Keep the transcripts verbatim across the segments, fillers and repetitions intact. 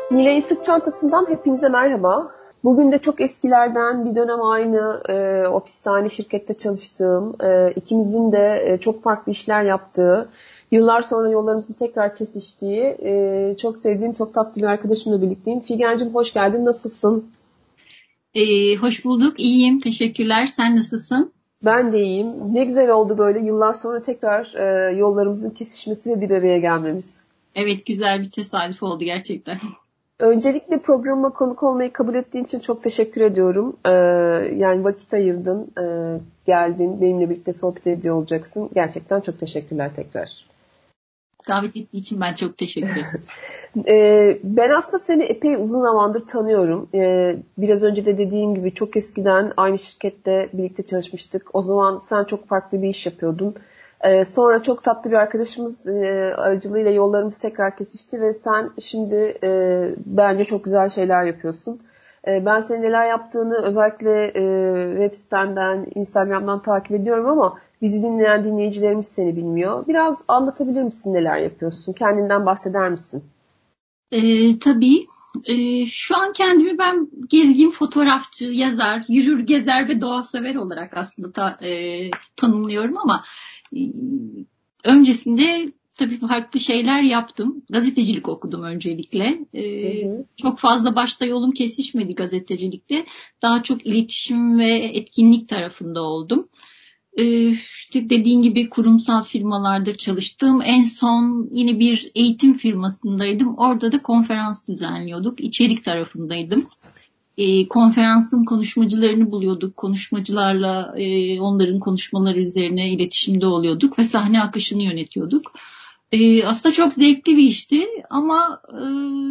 Nilay'ın Sırt Çantası'ndan hepinize merhaba. Bugün de çok eskilerden bir dönem aynı e, ofiste, aynı şirkette çalıştığım, e, ikimizin de e, çok farklı işler yaptığı, yıllar sonra yollarımızın tekrar kesiştiği, e, çok sevdiğim, çok tatlı bir arkadaşımla birlikteyim. Figen'cim hoş geldin, nasılsın? Ee, hoş bulduk. İyiyim. Teşekkürler. Sen nasılsın? Ben de iyiyim. Ne güzel oldu böyle yıllar sonra tekrar e, yollarımızın kesişmesi ve bir araya gelmemiz. Evet, güzel bir tesadüf oldu gerçekten. Öncelikle programıma konuk olmayı kabul ettiğin için çok teşekkür ediyorum. Ee, yani vakit ayırdın, e, geldin, benimle birlikte sohbet ediyor olacaksın. Gerçekten çok teşekkürler tekrar. Davet ettiği için ben çok teşekkür ederim. Ee, ben aslında seni epey uzun zamandır tanıyorum. Ee, biraz önce de dediğim gibi çok eskiden aynı şirkette birlikte çalışmıştık. O zaman sen çok farklı bir iş yapıyordun. Ee, sonra çok tatlı bir arkadaşımız e, aracılığıyla yollarımız tekrar kesişti ve sen şimdi e, bence çok güzel şeyler yapıyorsun. E, ben senin neler yaptığını özellikle e, web sitenden, Instagram'dan takip ediyorum ama bizi dinleyen dinleyicilerimiz seni bilmiyor. Biraz anlatabilir misin neler yapıyorsun? Kendinden bahseder misin? Ee, tabii. Ee, şu an kendimi ben gezgin fotoğrafçı, yazar, yürür, gezer ve doğa sever olarak aslında ta- e, tanımlıyorum ama e, öncesinde tabii farklı şeyler yaptım. Gazetecilik okudum öncelikle. Hı Ee, hı. çok fazla başta yolum kesişmedi gazetecilikle. Daha çok iletişim ve etkinlik tarafında oldum. Ee, işte dediğin gibi kurumsal firmalarda çalıştım. En son yine bir eğitim firmasındaydım. Orada da konferans düzenliyorduk. İçerik tarafındaydım. Ee, konferansın konuşmacılarını buluyorduk. Konuşmacılarla e, onların konuşmaları üzerine iletişimde oluyorduk ve sahne akışını yönetiyorduk. Ee, aslında çok zevkli bir işti ama e,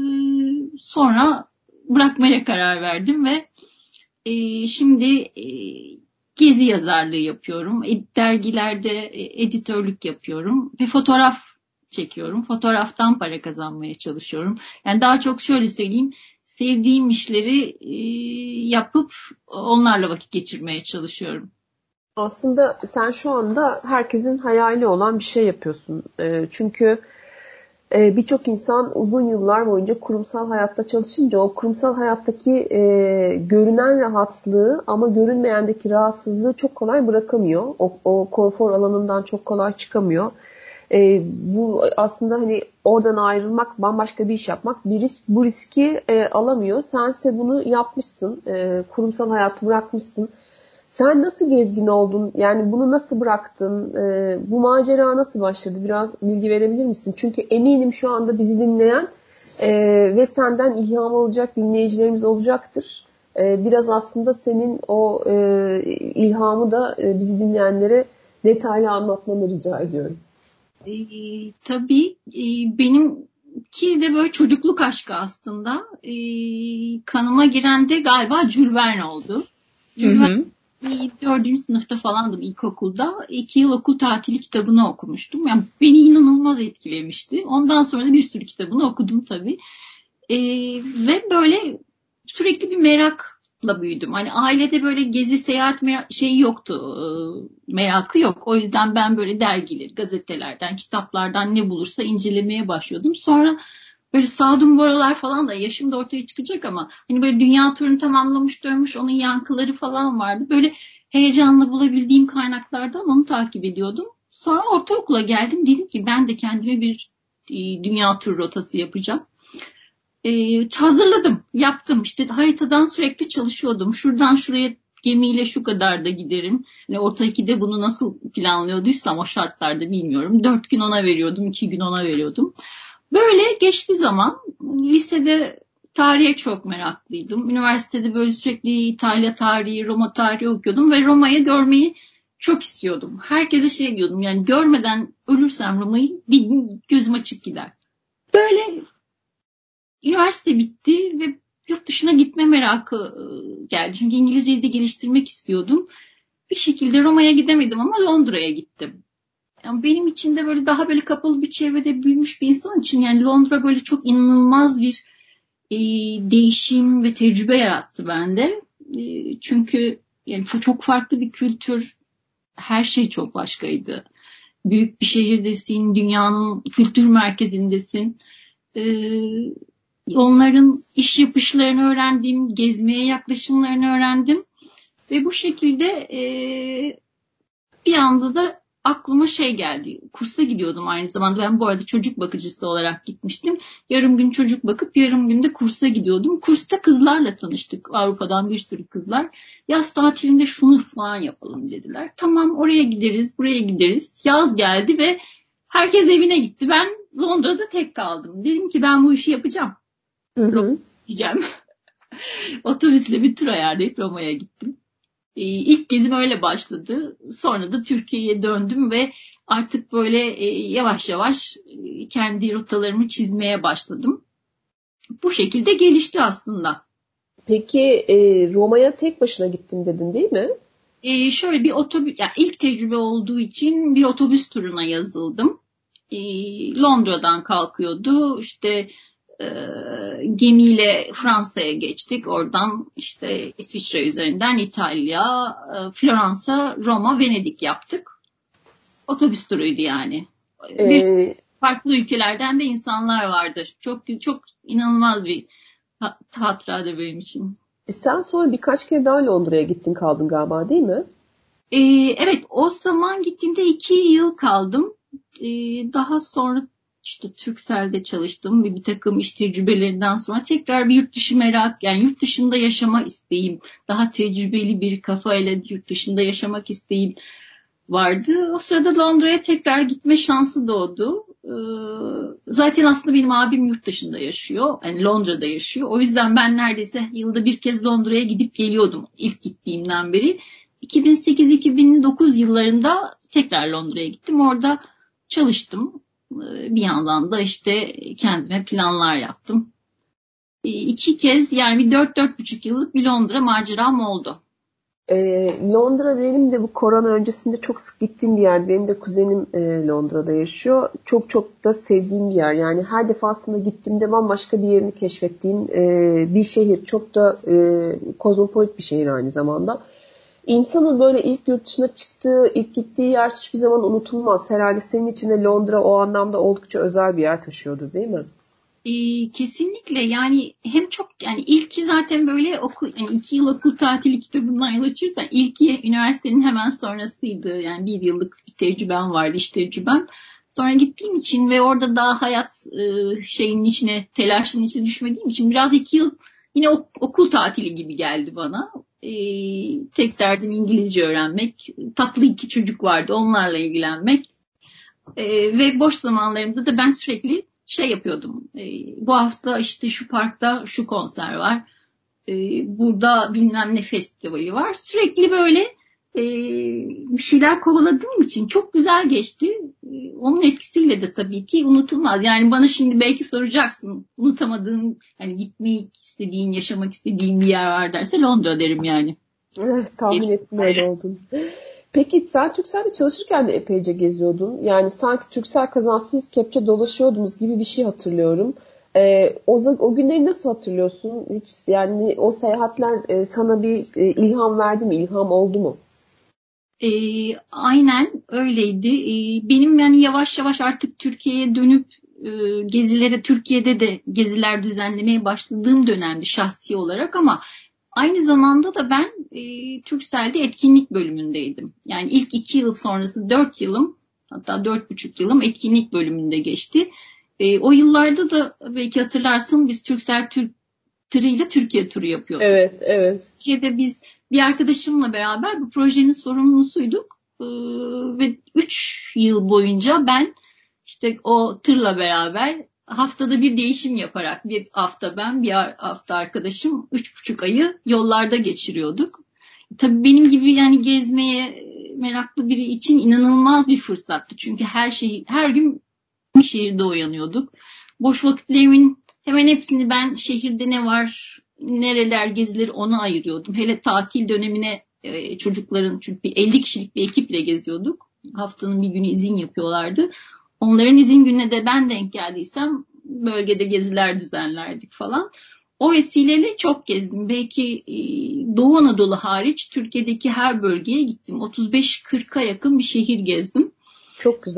sonra bırakmaya karar verdim ve e, şimdi e, gezi yazarlığı yapıyorum. E, dergilerde e, editörlük yapıyorum ve fotoğraf çekiyorum. Fotoğraftan para kazanmaya çalışıyorum. Yani daha çok şöyle söyleyeyim, sevdiğim işleri e, yapıp onlarla vakit geçirmeye çalışıyorum. Aslında sen şu anda herkesin hayali olan bir şey yapıyorsun. E, çünkü e, birçok insan uzun yıllar boyunca kurumsal hayatta çalışınca o kurumsal hayattaki e, görünen rahatlığı ama görünmeyendeki rahatsızlığı çok kolay bırakamıyor. O, o konfor alanından çok kolay çıkamıyor. E, bu aslında hani oradan ayrılmak, bambaşka bir iş yapmak bir risk. Bu riski e, alamıyor. Sense bunu yapmışsın. E, kurumsal hayatı bırakmışsın. Sen nasıl gezgin oldun? Yani bunu nasıl bıraktın? Ee, bu macera nasıl başladı? Biraz bilgi verebilir misin? Çünkü eminim şu anda bizi dinleyen e, ve senden ilham alacak dinleyicilerimiz olacaktır. E, biraz aslında senin o e, ilhamı da e, bizi dinleyenlere detaylı anlatmanı rica ediyorum. E, tabii e, benimki de böyle çocukluk aşkı aslında. E, kanıma giren de galiba Jules Verne oldu. Hı Jules hı. Bir dördüncü sınıfta falandım ilkokulda. İki yıl okul tatili kitabını okumuştum. Yani beni inanılmaz etkilemişti. Ondan sonra da bir sürü kitabını okudum tabii. Ee, ve böyle sürekli bir merakla büyüdüm. Hani ailede böyle gezi seyahat merak- şeyi yoktu. Ee, merakı yok. O yüzden ben böyle dergiler, gazetelerden, kitaplardan ne bulursa incelemeye başlıyordum. Sonra böyle Sadun Boralar falan da yaşım da ortaya çıkacak ama hani böyle dünya turunu tamamlamış dönmüş onun yankıları falan vardı. Böyle heyecanla bulabildiğim kaynaklardan onu takip ediyordum. Sonra ortaokula geldim. Dedim ki ben de kendime bir e, dünya turu rotası yapacağım. E, hazırladım, yaptım. İşte haritadan sürekli çalışıyordum. Şuradan şuraya gemiyle şu kadar da giderim. Yani orta ikide bunu nasıl planlıyorduysam o şartlarda bilmiyorum. Dört gün ona veriyordum, iki gün ona veriyordum. Böyle geçti zaman. Lisede tarihe çok meraklıydım. Üniversitede böyle sürekli İtalya tarihi, Roma tarihi okuyordum ve Roma'yı görmeyi çok istiyordum. Herkese şey diyordum, yani görmeden ölürsem Roma'yı bir gün gözüm açık gider. Böyle üniversite bitti ve yurt dışına gitme merakı e, geldi. Çünkü İngilizceyi de geliştirmek istiyordum. Bir şekilde Roma'ya gidemedim ama Londra'ya gittim. Yani benim için de böyle daha böyle kapalı bir çevrede büyümüş bir insan için yani Londra böyle çok inanılmaz bir e, değişim ve tecrübe yarattı bende. E, çünkü yani çok, çok farklı bir kültür, her şey çok başkaydı. Büyük bir şehirdesin, dünyanın kültür merkezindesin. E, onların iş yapışlarını öğrendim, gezmeye yaklaşımlarını öğrendim. Ve bu şekilde e, bir anda da aklıma şey geldi. Kursa gidiyordum aynı zamanda. Ben bu arada çocuk bakıcısı olarak gitmiştim. Yarım gün çocuk bakıp yarım gün de kursa gidiyordum. Kursta kızlarla tanıştık. Avrupa'dan bir sürü kızlar. Yaz tatilinde şunu falan yapalım dediler. Tamam, oraya gideriz, buraya gideriz. Yaz geldi ve herkes evine gitti. Ben Londra'da tek kaldım. Dedim ki ben bu işi yapacağım. Hı hı. Gideceğim. Otobüsle bir tur ayarlayıp Roma'ya gittim. Ee, ilk gezim öyle başladı. Sonra da Türkiye'ye döndüm ve artık böyle e, yavaş yavaş e, kendi rotalarımı çizmeye başladım. Bu şekilde gelişti aslında. Peki e, Roma'ya tek başına gittim dedin değil mi? Ee, şöyle bir otobüs, yani ilk tecrübe olduğu için bir otobüs turuna yazıldım. Ee, Londra'dan kalkıyordu. İşte e, gemiyle Fransa'ya geçtik. Oradan işte İsviçre üzerinden İtalya, e, Floransa, Roma, Venedik yaptık. Otobüs turuydu yani. Bir E, farklı ülkelerden de insanlar vardır. Çok çok inanılmaz bir hatıradır benim için. Sen sonra birkaç kere daha Londra'ya gittin kaldın galiba değil mi? Ee, evet, o zaman gittiğimde iki yıl kaldım. Ee, daha sonra işte Turkcell'de çalıştım. Bir, bir takım iş tecrübelerinden sonra tekrar bir yurt dışı merak, yani yurt dışında yaşama isteğim, daha tecrübeli bir kafayla yurt dışında yaşamak isteğim vardı. O sırada Londra'ya tekrar gitme şansı doğdu. Ee, zaten aslında benim abim yurt dışında yaşıyor. Yani Londra'da yaşıyor. O yüzden ben neredeyse yılda bir kez Londra'ya gidip geliyordum ilk gittiğimden beri. iki bin sekiz iki bin dokuz yıllarında tekrar Londra'ya gittim. Orada çalıştım. Ee, bir yandan da işte kendime planlar yaptım. Ee, iki kez, yani bir dört dört buçuk yıllık bir Londra maceram oldu. E, Londra benim de bu korona öncesinde çok sık gittiğim bir yer. Benim de kuzenim e, Londra'da yaşıyor. Çok çok da sevdiğim bir yer. Yani her defasında gittiğimde bambaşka bir yerini keşfettiğim e, bir şehir. Çok da e, kozmopolit bir şehir aynı zamanda. İnsanın böyle ilk yurt dışına çıktığı, ilk gittiği yer hiçbir zaman unutulmaz. Herhalde senin için de Londra o anlamda oldukça özel bir yer taşıyordu değil mi? Ee, kesinlikle, yani hem çok, yani ilki zaten böyle okul, yani iki yıl okul tatili kitabından yol açırsan ilki üniversitenin hemen sonrasıydı. Yani bir yıllık bir tecrübem vardı, iş tecrübem. Sonra gittiğim için ve orada daha hayat e, şeyin içine, telaşın içine düşmediğim için biraz iki yıl yine ok- okul tatili gibi geldi bana. Ee, tek derdim İngilizce öğrenmek. Tatlı iki çocuk vardı, onlarla ilgilenmek. Ee, ve boş zamanlarımda da ben sürekli şey yapıyordum. Ee, bu hafta işte şu parkta şu konser var. Ee, burada bilmem ne festivali var. Sürekli böyle e, bir şeyler kovaladığım için çok güzel geçti. Ee, onun etkisiyle de tabii ki unutulmaz. Yani bana şimdi belki soracaksın, unutamadığın, hani gitmeyi istediğin, yaşamak istediğin bir yer var derse Londra derim yani. Evet, tahmin ettim öyle olduğunu. Peki sen Turkcell'de çalışırken de epeyce geziyordun. Yani sanki Turkcell kazansız kepçe dolaşıyordunuz gibi bir şey hatırlıyorum. Ee, o, o günleri nasıl hatırlıyorsun? Hiç yani o seyahatler e, sana bir e, ilham verdi mi? İlham oldu mu? E, aynen öyleydi. E, benim yani yavaş yavaş artık Türkiye'ye dönüp e, gezilere, Türkiye'de de geziler düzenlemeye başladığım dönemdi şahsi olarak, ama aynı zamanda da ben e, Turkcell'de etkinlik bölümündeydim. Yani ilk iki yıl sonrası dört yılım, hatta dört buçuk yılım etkinlik bölümünde geçti. E, o yıllarda da belki hatırlarsın, biz Turkcell Türk tırıyla Türkiye turu yapıyorduk. Evet, evet. Türkiye'de biz bir arkadaşımla beraber bu projenin sorumlusuyduk. Ee, ve üç yıl boyunca ben işte o tırla beraber haftada bir değişim yaparak, bir hafta ben, bir hafta arkadaşım, üç buçuk ayı yollarda geçiriyorduk. Tabii benim gibi yani gezmeye meraklı biri için inanılmaz bir fırsattı. Çünkü her şey, her gün bir şehirde uyanıyorduk. Boş vakitlerimin hemen hepsini ben şehirde ne var, nereler gezilir ona ayırıyordum. Hele tatil dönemine e, çocukların, çünkü bir elli kişilik bir ekiple geziyorduk. Haftanın bir günü izin yapıyorlardı. Onların izin gününe de ben denk geldiysem bölgede geziler düzenlerdik falan. O vesileyle çok gezdim. Belki e, Doğu Anadolu hariç Türkiye'deki her bölgeye gittim. otuz beş kırka yakın bir şehir gezdim. Çok güzel.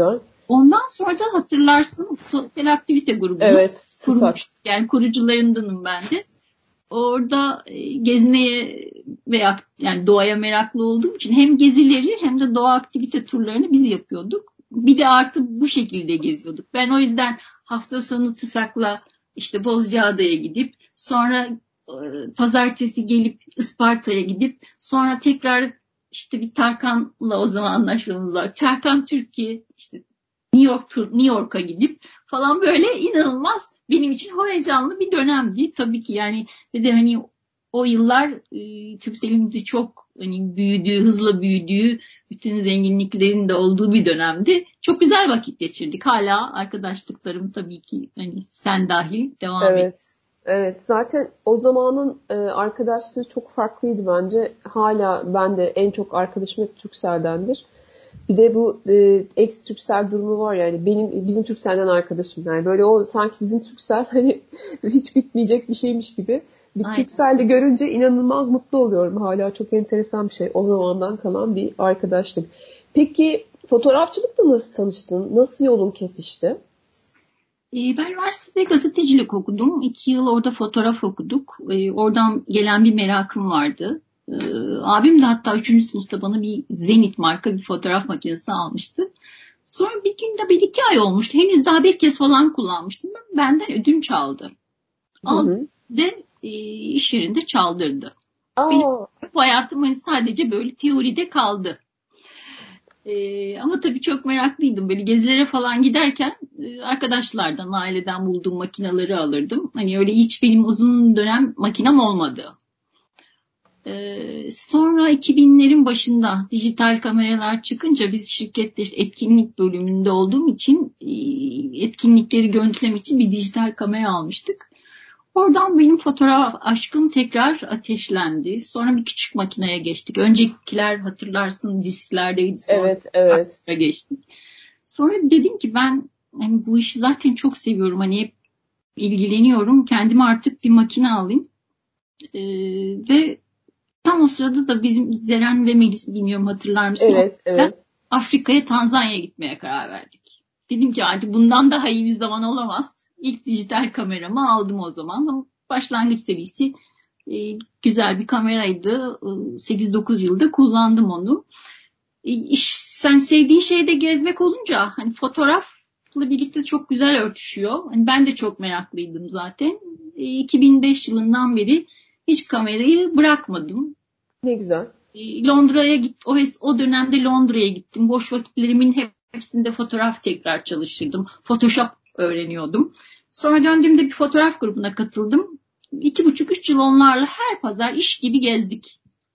Ondan sonra da hatırlarsın sosyal aktivite grubunu evet, kurmuş. Yani kurucularındanım ben de. Orada gezmeye veya yani doğaya meraklı olduğum için hem gezileri hem de doğa aktivite turlarını biz yapıyorduk. Bir de artık bu şekilde geziyorduk. Ben o yüzden hafta sonu TİSAK'la işte Bozcaada'ya gidip sonra e, pazartesi gelip Isparta'ya gidip sonra tekrar işte bir Tarkan'la o zaman anlaşmamız var. Tarkan Türkiye işte New York tur, New York'a gidip falan böyle inanılmaz benim için heyecanlı bir dönemdi. Tabii ki yani ve de hani o yıllar e, Turkcell'in de çok hani büyüdüğü, hızla büyüdüğü, bütün zenginliklerin de olduğu bir dönemdi. Çok güzel vakit geçirdik. Hala arkadaşlıklarım tabii ki hani sen dahil devam ediyor. Evet. Evet. Zaten o zamanın e, arkadaşlığı çok farklıydı bence. Hala ben de en çok arkadaşım hep Turkcell'dendir. Bir de bu e, ex Turkcell durumu var yani benim bizim Turkcell'den arkadaşım yani böyle o sanki bizim Turkcell hani hiç bitmeyecek bir şeymiş gibi. Bir Turkcell'de görünce inanılmaz mutlu oluyorum. Hala çok enteresan bir şey. O zamandan kalan bir arkadaşlık. Peki fotoğrafçılıkla nasıl tanıştın? Nasıl yolun kesişti? Ben üniversitede gazetecilik okudum. İki yıl orada fotoğraf okuduk. Oradan gelen bir merakım vardı. Abim de hatta üçüncü sınıfta bana bir Zenit marka bir fotoğraf makinesi almıştı. Sonra bir günde bir iki ay olmuştu. Henüz daha bir kez falan kullanmıştım. Benden ödünç aldı. Aldı ve iş yerinde çaldırdı. Aa. Benim hayatım hani sadece böyle teoride kaldı. Ee, ama tabii çok meraklıydım. Böyle gezilere falan giderken e, arkadaşlardan, aileden bulduğum makineleri alırdım. Hani öyle hiç benim uzun dönem makinem olmadı. Ee, sonra iki binlerin başında dijital kameralar çıkınca biz şirkette işte etkinlik bölümünde olduğum için e, etkinlikleri görüntülemek için bir dijital kamera almıştık. Oradan benim fotoğraf aşkım tekrar ateşlendi. Sonra bir küçük makineye geçtik. Öncekiler hatırlarsın disklerdeydi. Sonra evet, evet. geçtik. Sonra dedim ki ben hani bu işi zaten çok seviyorum. Hani hep ilgileniyorum. Kendime artık bir makine alayım. Ee, ve tam o sırada da bizim Zeren ve Melis'i bilmiyorum hatırlar mısın? Evet, evet. Afrika'ya, Tanzanya'ya gitmeye karar verdik. Dedim ki artık bundan daha iyi bir zaman olamaz. İlk dijital kameramı aldım o zaman. Başlangıç seviyesi e, güzel bir kameraydı. E, sekiz dokuz yılda kullandım onu. E, iş, sen sevdiğin şeyde gezmek olunca hani fotoğrafla birlikte çok güzel örtüşüyor. Hani ben de çok meraklıydım zaten. E, iki bin beş yılından beri hiç kamerayı bırakmadım. Ne güzel. Londra'ya git o, o dönemde Londra'ya gittim. Boş vakitlerimin hepsinde fotoğraf tekrar çalıştırdım. Photoshop öğreniyordum. Sonra döndüğümde bir fotoğraf grubuna katıldım. İki buçuk üç yıl onlarla her pazar iş gibi gezdik.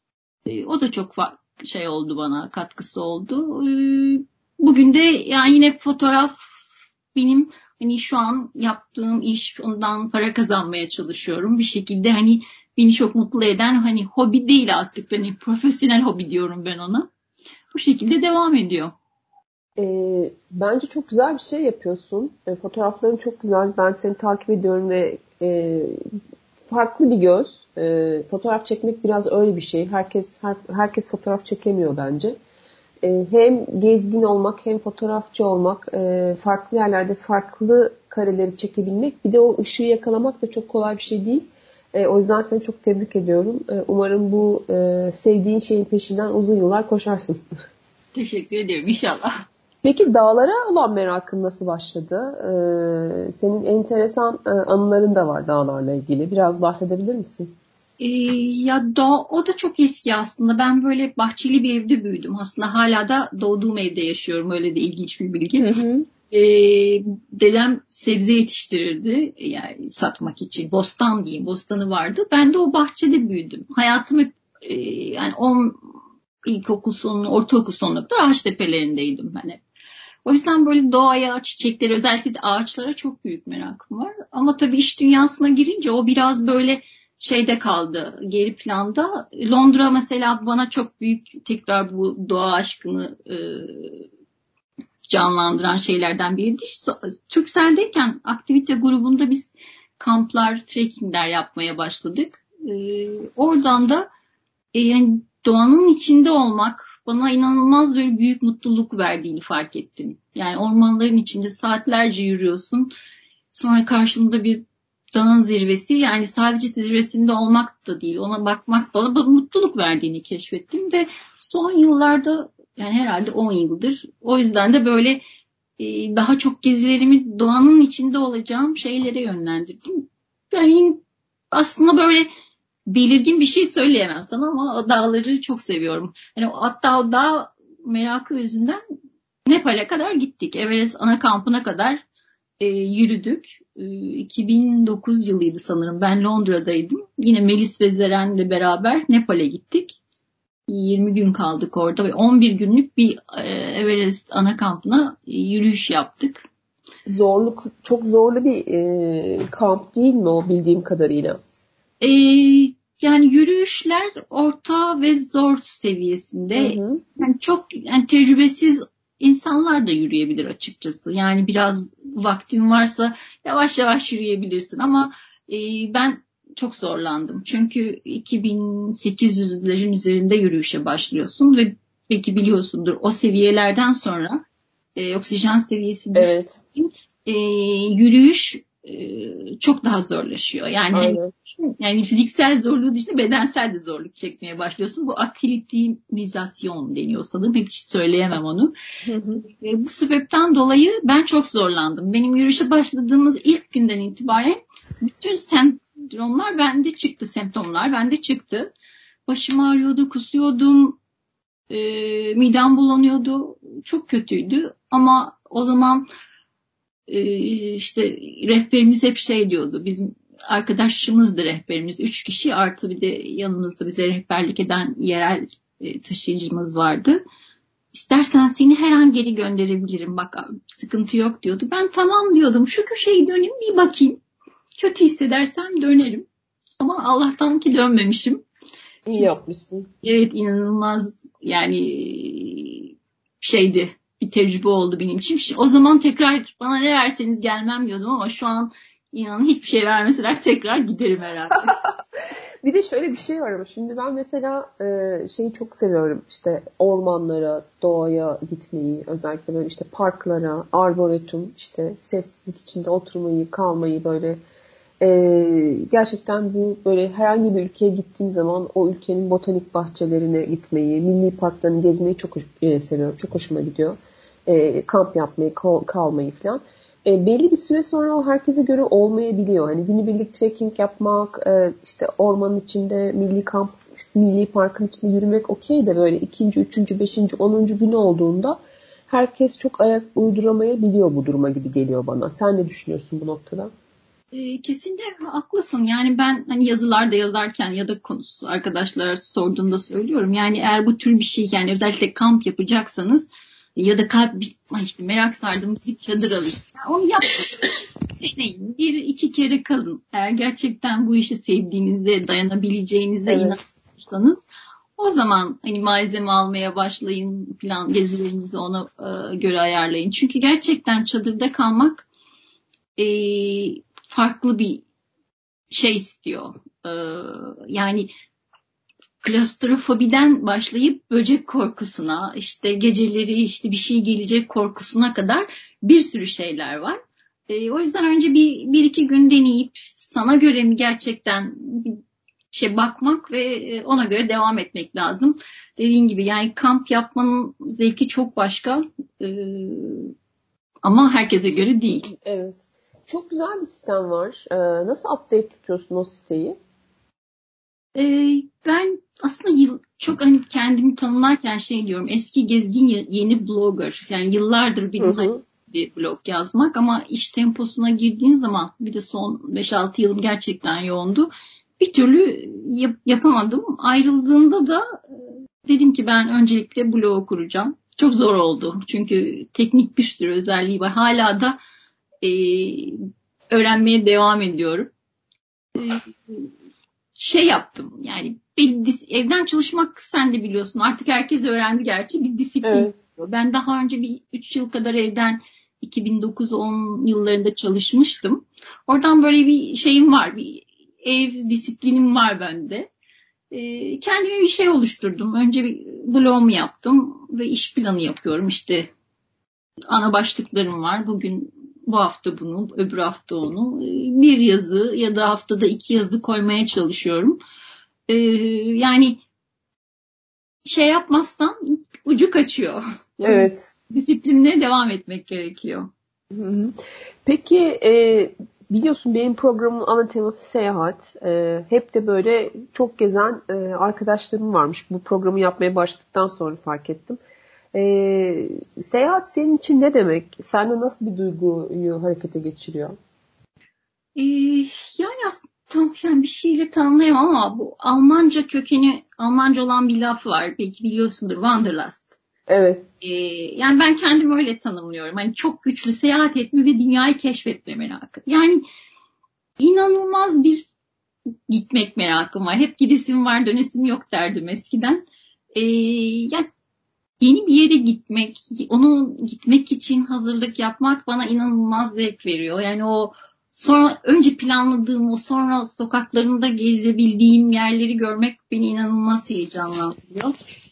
O da çok şey oldu bana, katkısı oldu. Bugün de yani yine fotoğraf benim hani şu an yaptığım iş, ondan para kazanmaya çalışıyorum. Bir şekilde hani beni çok mutlu eden hani hobi değil artık. Hani profesyonel hobi diyorum ben ona. Bu şekilde devam ediyor. E, bence çok güzel bir şey yapıyorsun. E, fotoğrafların çok güzel. Ben seni takip ediyorum ve e, farklı bir göz. E, fotoğraf çekmek biraz öyle bir şey. Herkes her, herkes fotoğraf çekemiyor bence. E, hem gezgin olmak hem fotoğrafçı olmak, e, farklı yerlerde farklı kareleri çekebilmek, bir de o ışığı yakalamak da çok kolay bir şey değil. E, o yüzden seni çok tebrik ediyorum. E, umarım bu e, sevdiğin şeyin peşinden uzun yıllar koşarsın. Teşekkür ederim inşallah. Peki dağlara olan merakın nasıl başladı? Ee, senin enteresan e, anıların da var dağlarla ilgili. Biraz bahsedebilir misin? Ee, ya da, o da çok eski aslında. Ben böyle bahçeli bir evde büyüdüm. Aslında hala da doğduğum evde yaşıyorum. Öyle de ilginç bir bilgi. Hı hı. Ee, dedem sebze yetiştirirdi. Yani satmak için. Bostan diyeyim. Bostanı vardı. Ben de o bahçede büyüdüm. Hayatım hep e, yani on ilkokul sonu, ortaokul sonuna kadar ağaç tepelerindeydim ben hep. O yüzden böyle doğaya, çiçekleri, özellikle de ağaçlara çok büyük merakım var. Ama tabii iş dünyasına girince o biraz böyle şeyde kaldı, geri planda. Londra mesela bana çok büyük tekrar bu doğa aşkını e, canlandıran şeylerden biriydi. Turkcell'deyken aktivite grubunda biz kamplar, trekkingler yapmaya başladık. E, oradan da e, yani doğanın içinde olmak, bana inanılmaz böyle büyük mutluluk verdiğini fark ettim. Yani ormanların içinde saatlerce yürüyorsun. Sonra karşında bir dağın zirvesi, yani sadece zirvesinde olmak da değil, ona bakmak da bana mutluluk verdiğini keşfettim ve son yıllarda, yani herhalde on yıldır, o yüzden de böyle e, daha çok gezilerimi doğanın içinde olacağım şeylere yönlendirdim. Yani aslında böyle belirgin bir şey söyleyemem sana ama o dağları çok seviyorum. Yani hatta o dağ merakı yüzünden Nepal'e kadar gittik. Everest ana kampına kadar e, yürüdük. E, iki bin dokuz yılıydı sanırım. Ben Londra'daydım. Yine Melis ve Zeren'le beraber Nepal'e gittik. yirmi gün kaldık orada ve on bir günlük bir e, Everest ana kampına e, yürüyüş yaptık. Zorluk, çok zorlu bir e, kamp değil mi o, bildiğim kadarıyla? E, yani yürüyüşler orta ve zor seviyesinde. Hı hı. Yani çok yani tecrübesiz insanlar da yürüyebilir açıkçası. Yani biraz vaktin varsa yavaş yavaş yürüyebilirsin ama e, ben çok zorlandım. Çünkü iki bin sekiz yüzlerin üzerinde yürüyüşe başlıyorsun ve belki biliyorsundur, o seviyelerden sonra e, oksijen seviyesi düştüğü Evet. için e, yürüyüş e, çok daha zorlaşıyor. Yani hani, Aynen. yani fiziksel zorluğu dışında bedensel de zorluk çekmeye başlıyorsun. Bu aklimatizasyon deniyor sanırım. Hep hiç söyleyemem onu. Hı hı. E, bu sebepten dolayı ben çok zorlandım. Benim yürüyüşe başladığımız ilk günden itibaren bütün semptomlar bende çıktı. Semptomlar bende çıktı. Başım ağrıyordu, kusuyordum, e, midem bulanıyordu. Çok kötüydü. Ama o zaman e, işte rehberimiz hep şey diyordu. Bizim arkadaşımızdı rehberimiz. Üç kişi artı bir de yanımızda bize rehberlik eden yerel e, taşıyıcımız vardı. İstersen seni her an geri gönderebilirim. Bak sıkıntı yok diyordu. Ben tamam diyordum. Şu köşeyi döneyim bir bakayım. Kötü hissedersem dönerim. Ama Allah'tan ki dönmemişim. İyi yapmışsın. Evet, inanılmaz yani şeydi, bir tecrübe oldu benim için. O zaman tekrar bana ne verseniz gelmem diyordum ama şu an inanın hiçbir şey vermeseler tekrar giderim herhalde. Bir de şöyle bir şey var ama şimdi ben mesela e, şeyi çok seviyorum, işte ormanlara, doğaya gitmeyi, özellikle böyle işte parklara, arboretum, işte sessizlik içinde oturmayı, kalmayı, böyle e, gerçekten bu böyle herhangi bir ülkeye gittiğim zaman o ülkenin botanik bahçelerine gitmeyi, milli parklarını gezmeyi çok e, seviyorum, çok hoşuma gidiyor. E, kamp yapmayı, kal, kalmayı falan. E, belli bir süre sonra o herkese göre olmayabiliyor. Hani günübirlik trekking yapmak, e, işte ormanın içinde milli kamp, milli parkın içinde yürümek okey de böyle ikinci, üçüncü, beşinci, onuncu günü olduğunda herkes çok ayak uyduramayabiliyor bu duruma gibi geliyor bana. Sen ne düşünüyorsun bu noktada? E, kesinlikle haklısın. Yani ben hani yazılarda yazarken ya da konusu arkadaşlara sorduğunda söylüyorum. Yani eğer bu tür bir şey, yani özellikle kamp yapacaksanız ya da kalp işte merak sardığınız bir çadır alın. Yani onu yapmayın. Deneyin. Bir iki kere kalın. Eğer gerçekten bu işi sevdiğinizde, dayanabileceğinize Evet. inanıyorsanız o zaman hani malzeme almaya başlayın, plan gezilerinizi ona e, göre ayarlayın. Çünkü gerçekten çadırda kalmak e, farklı bir şey istiyor. E, yani klostrofobiden başlayıp böcek korkusuna, işte geceleri işte bir şey gelecek korkusuna kadar bir sürü şeyler var. E, o yüzden önce bir, bir iki gün deneyip sana göre mi gerçekten bir şey bakmak ve e, ona göre devam etmek lazım. Dediğin gibi yani kamp yapmanın zevki çok başka e, ama herkese göre değil. Evet. Çok güzel bir sistem var. Ee, nasıl update tutuyorsun o siteyi? E, ben aslında yıl, çok hani kendimi tanımlarken şey diyorum, eski gezgin yeni blogger, yani yıllardır Hı benim hı. bir blog yazmak ama iş temposuna girdiğin zaman, bir de son beş altı yılım gerçekten yoğundu. Bir türlü yap, yapamadım. Ayrıldığında da dedim ki ben öncelikle blog kuracağım. Çok zor oldu. Çünkü teknik bir sürü özelliği var. Hala da e, öğrenmeye devam ediyorum. E, şey yaptım yani, bir, evden çalışmak sen de biliyorsun artık, herkes öğrendi gerçi, bir disiplin. Evet. Ben daha önce bir üç yıl kadar evden iki bin dokuz on yıllarında çalışmıştım. Oradan böyle bir şeyim var, bir ev disiplinim var bende. e, kendime bir şey oluşturdum. Önce bir blog'umu yaptım ve iş planı yapıyorum. İşte ana başlıklarım var. Bugün bu hafta bunu, öbür hafta onu. E, bir yazı ya da haftada iki yazı koymaya çalışıyorum. E, yani şey yapmazsam ucu kaçıyor. Evet. Disiplinle devam etmek gerekiyor. Hı hı. Peki e, biliyorsun benim programın ana teması seyahat. E, hep de böyle çok gezen e, arkadaşlarım varmış. Bu programı yapmaya başladıktan sonra fark ettim. E, seyahat senin için ne demek? Sende nasıl bir duyguyu harekete geçiriyor? Ee, yani aslında tam yani bir şeyle tanımlayamam ama bu Almanca kökeni Almanca olan bir laf var. Belki biliyorsundur, Wanderlust. Evet. Ee, yani ben kendimi öyle tanımlıyorum. Hani çok güçlü seyahat etme ve dünyayı keşfetme merakı. Yani inanılmaz bir gitmek merakım var. Hep gidesim var, dönesim yok derdim eskiden. Ee, yani yeni bir yere gitmek, onu gitmek için hazırlık yapmak bana inanılmaz zevk veriyor. Yani o sonra önce planladığım, o sonra sokaklarında gezebildiğim yerleri görmek beni inanılmaz heyecanlandırıyor.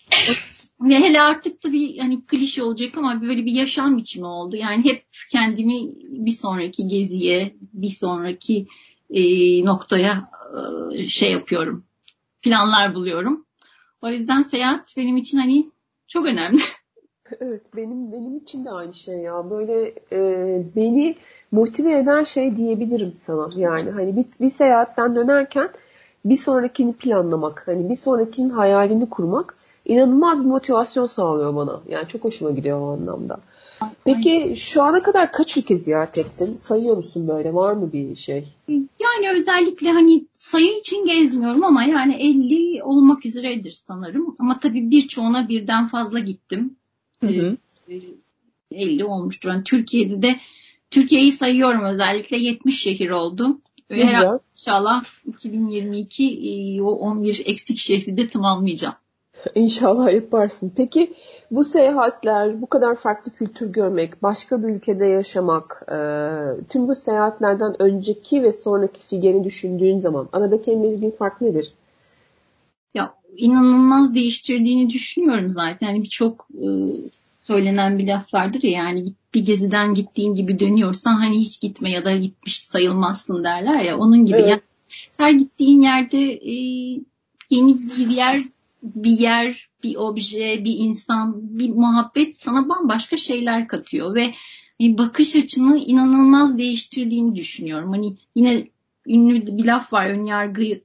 Ve hele artık da bir hani klişe olacak ama böyle bir yaşam biçimi oldu. Yani hep kendimi bir sonraki geziye, bir sonraki e, noktaya e, şey yapıyorum, planlar buluyorum. O yüzden seyahat benim için hani çok önemli. Evet, benim benim için de aynı şey ya. Böyle e, beni motive eden şey diyebilirim sana. Yani hani bir, bir seyahatten dönerken bir sonrakini planlamak, hani bir sonrakinin hayalini kurmak inanılmaz bir motivasyon sağlıyor bana. Yani çok hoşuma gidiyor o anlamda. Peki şu ana kadar kaç ülke ziyaret ettin? Sayıyor musun böyle? Var mı bir şey? Yani özellikle hani sayı için gezmiyorum ama yani elli olmak üzeredir sanırım. Ama tabii birçoğuna birden fazla gittim. Hı Ee, hı. elli olmuştur. Yani Türkiye'de de Türkiye'yi sayıyorum, özellikle yetmiş şehir oldu. Ne Herhalde güzel. inşallah iki bin yirmi iki e, o on bir eksik şehri de tamamlayacağım. İnşallah yaparsın. Peki bu seyahatler, bu kadar farklı kültür görmek, başka bir ülkede yaşamak, e, tüm bu seyahatlerden önceki ve sonraki Figen'i düşündüğün zaman aradaki en belirgin fark nedir? Ya inanılmaz değiştirdiğini düşünüyorum zaten. Yani birçok e, söylenen bir laf vardır ya, yani bir geziden gittiğin gibi dönüyorsan hani hiç gitme ya da gitmiş sayılmazsın derler ya, onun gibi. Yani Evet. her gittiğin yerde e, yeni bir yer, bir yer, bir obje, bir insan, bir muhabbet sana bambaşka şeyler katıyor ve hani bakış açını inanılmaz değiştirdiğini düşünüyorum. Hani yine ünlü bir laf var, ön yargı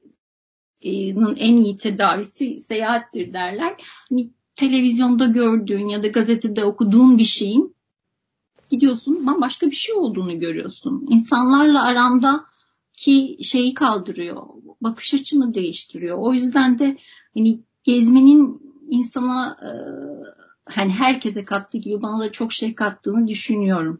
en iyi tedavisi seyahattir derler. Hani televizyonda gördüğün ya da gazetede okuduğun bir şeyin gidiyorsun bambaşka bir şey olduğunu görüyorsun. İnsanlarla arandaki şeyi kaldırıyor. Bakış açını değiştiriyor. O yüzden de hani gezmenin insana e, hani herkese kattığı gibi bana da çok şey kattığını düşünüyorum.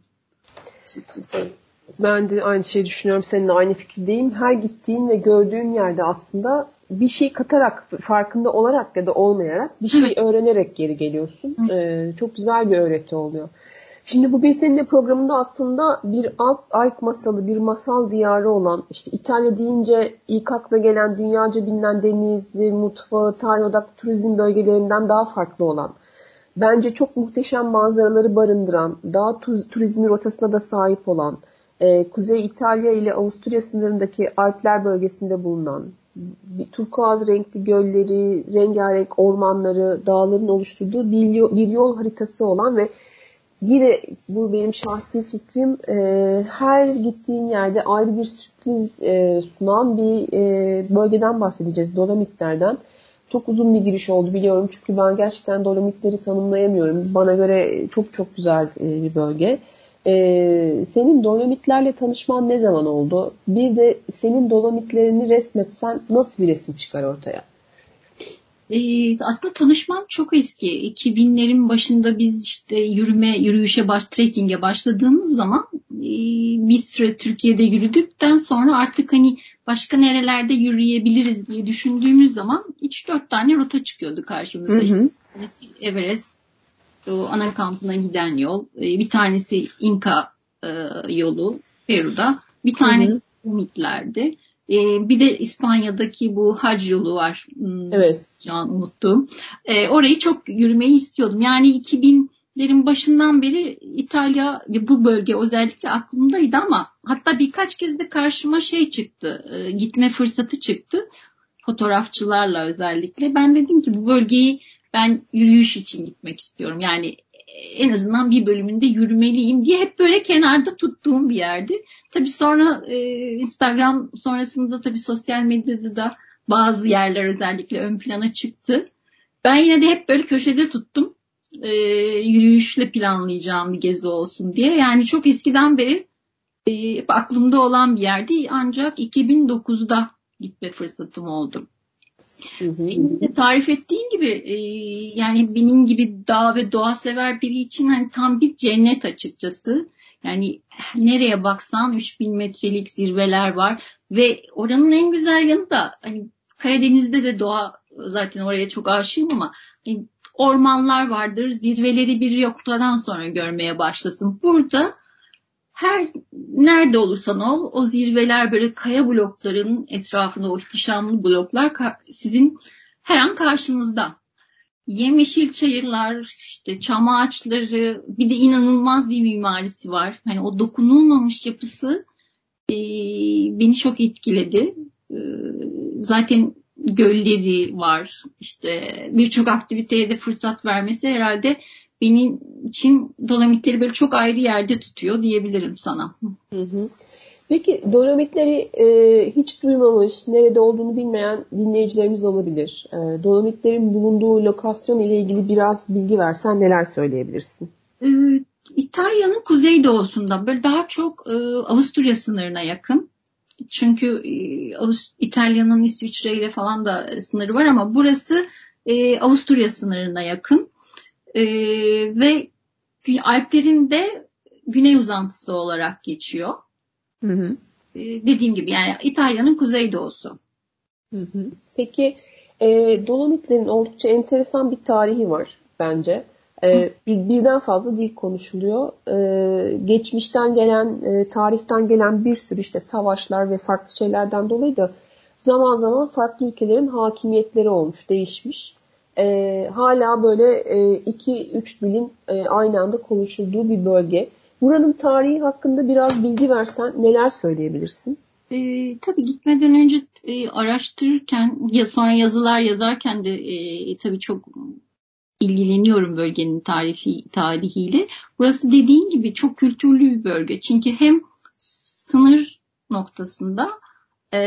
Ben de aynı şeyi düşünüyorum. Seninle aynı fikirdeyim. Her gittiğin ve gördüğün yerde aslında bir şey katarak, farkında olarak ya da olmayarak bir şey Evet. öğrenerek geri geliyorsun. Ee, çok güzel bir öğreti oluyor. Şimdi bu Bir Seninle programında aslında bir Alp, Alp masalı, bir masal diyarı olan, işte İtalya deyince ilk akla gelen dünyaca bilinen denizi, mutfağı, tarih odaklı turizm bölgelerinden daha farklı olan, bence çok muhteşem manzaraları barındıran, daha turizmi rotasına da sahip olan, e, Kuzey İtalya ile Avusturya sınırındaki Alpler bölgesinde bulunan, bir turkuaz renkli gölleri, rengarenk ormanları, dağların oluşturduğu bir yol, bir yol haritası olan ve yine bu benim şahsi fikrim, e, her gittiğin yerde ayrı bir sürpriz e, sunan bir e, bölgeden bahsedeceğiz, Dolomitlerden. Çok uzun bir giriş oldu biliyorum çünkü ben gerçekten Dolomitleri tanımlayamıyorum. Bana göre çok çok güzel e, bir bölge. E, senin Dolomitlerle tanışman ne zaman oldu? Bir de senin Dolomitlerini resmetsen nasıl bir resim çıkar ortaya? Ee, aslında tanışmam çok eski. iki binlerin başında biz işte yürüme, yürüyüşe baş, trekking'e başladığımız zaman e, bir süre Türkiye'de yürüdükten sonra artık hani başka nerelerde yürüyebiliriz diye düşündüğümüz zaman üç dört tane rota çıkıyordu karşımıza. Hı İşte hı. bir tanesi Everest, o ana kampına giden yol. E, bir tanesi İnka e, yolu Peru'da. Bir Hı tanesi hı. Dolomitler'di. E, bir de İspanya'daki bu hac yolu var. Hmm, Evet. Şu an unuttum. E, orayı çok yürümeyi istiyordum. Yani iki binlerin başından beri İtalya ve bu bölge özellikle aklımdaydı ama hatta birkaç kez de karşıma şey çıktı. E, gitme fırsatı çıktı. Fotoğrafçılarla özellikle. Ben dedim ki bu bölgeyi ben yürüyüş için gitmek istiyorum. Yani en azından bir bölümünde yürümeliyim diye hep böyle kenarda tuttuğum bir yerdi. Tabii sonra e, Instagram sonrasında tabii sosyal medyada da bazı yerler özellikle ön plana çıktı. Ben yine de hep böyle köşede tuttum. E, Yürüyüşle planlayacağım bir gezi olsun diye. Yani çok eskiden beri e, hep aklımda olan bir yerdi. Ancak iki bin dokuzda gitme fırsatım oldu. Hı hı. Senin de tarif ettiğin gibi e, yani benim gibi dağ ve doğa sever biri için hani tam bir cennet açıkçası. Yani nereye baksan üç bin metrelik zirveler var ve oranın en güzel yanı da hani Karadeniz'de de doğa zaten oraya çok aşığım ama hani ormanlar vardır. Zirveleri bir noktadan sonra görmeye başlasın. Burada her nerede olursan ol o zirveler böyle kaya bloklarının etrafında o ihtişamlı bloklar sizin her an karşınızda. Yemyeşil çayırlar, işte çam ağaçları, bir de inanılmaz bir mimarisi var. Hani o dokunulmamış yapısı e, beni çok etkiledi. E, zaten gölleri var. İşte birçok aktiviteye de fırsat vermesi herhalde benim için Dolomitleri böyle çok ayrı yerde tutuyor diyebilirim sana. Hı hı. Peki Dolomitleri e, hiç duymamış, nerede olduğunu bilmeyen dinleyicilerimiz olabilir. E, Dolomitlerin bulunduğu lokasyon ile ilgili biraz bilgi versen neler söyleyebilirsin? Ee, İtalya'nın kuzeydoğusunda böyle daha çok e, Avusturya sınırına yakın. Çünkü e, Avust- İtalya'nın İsviçre ile falan da sınırı var ama burası e, Avusturya sınırına yakın. E, ve Alplerin de güney uzantısı olarak geçiyor. Hı hı. E, dediğim gibi yani İtalya'nın kuzeydoğusu. Hı hı. Peki e, Dolomitlerin oldukça enteresan bir tarihi var bence. E, bir, birden fazla dil konuşuluyor. E, geçmişten gelen, e, tarihten gelen bir sürü işte savaşlar ve farklı şeylerden dolayı da zaman zaman farklı ülkelerin hakimiyetleri olmuş, değişmiş. E, hala böyle iki üç dilin e, aynı anda konuşulduğu bir bölge. Buranın tarihi hakkında biraz bilgi versen neler söyleyebilirsin? E, tabii gitmeden önce e, araştırırken ya sonra yazılar yazarken de e, tabii çok ilgileniyorum bölgenin tarihi, tarihiyle. Burası dediğin gibi çok kültürlü bir bölge. Çünkü hem sınır noktasında e,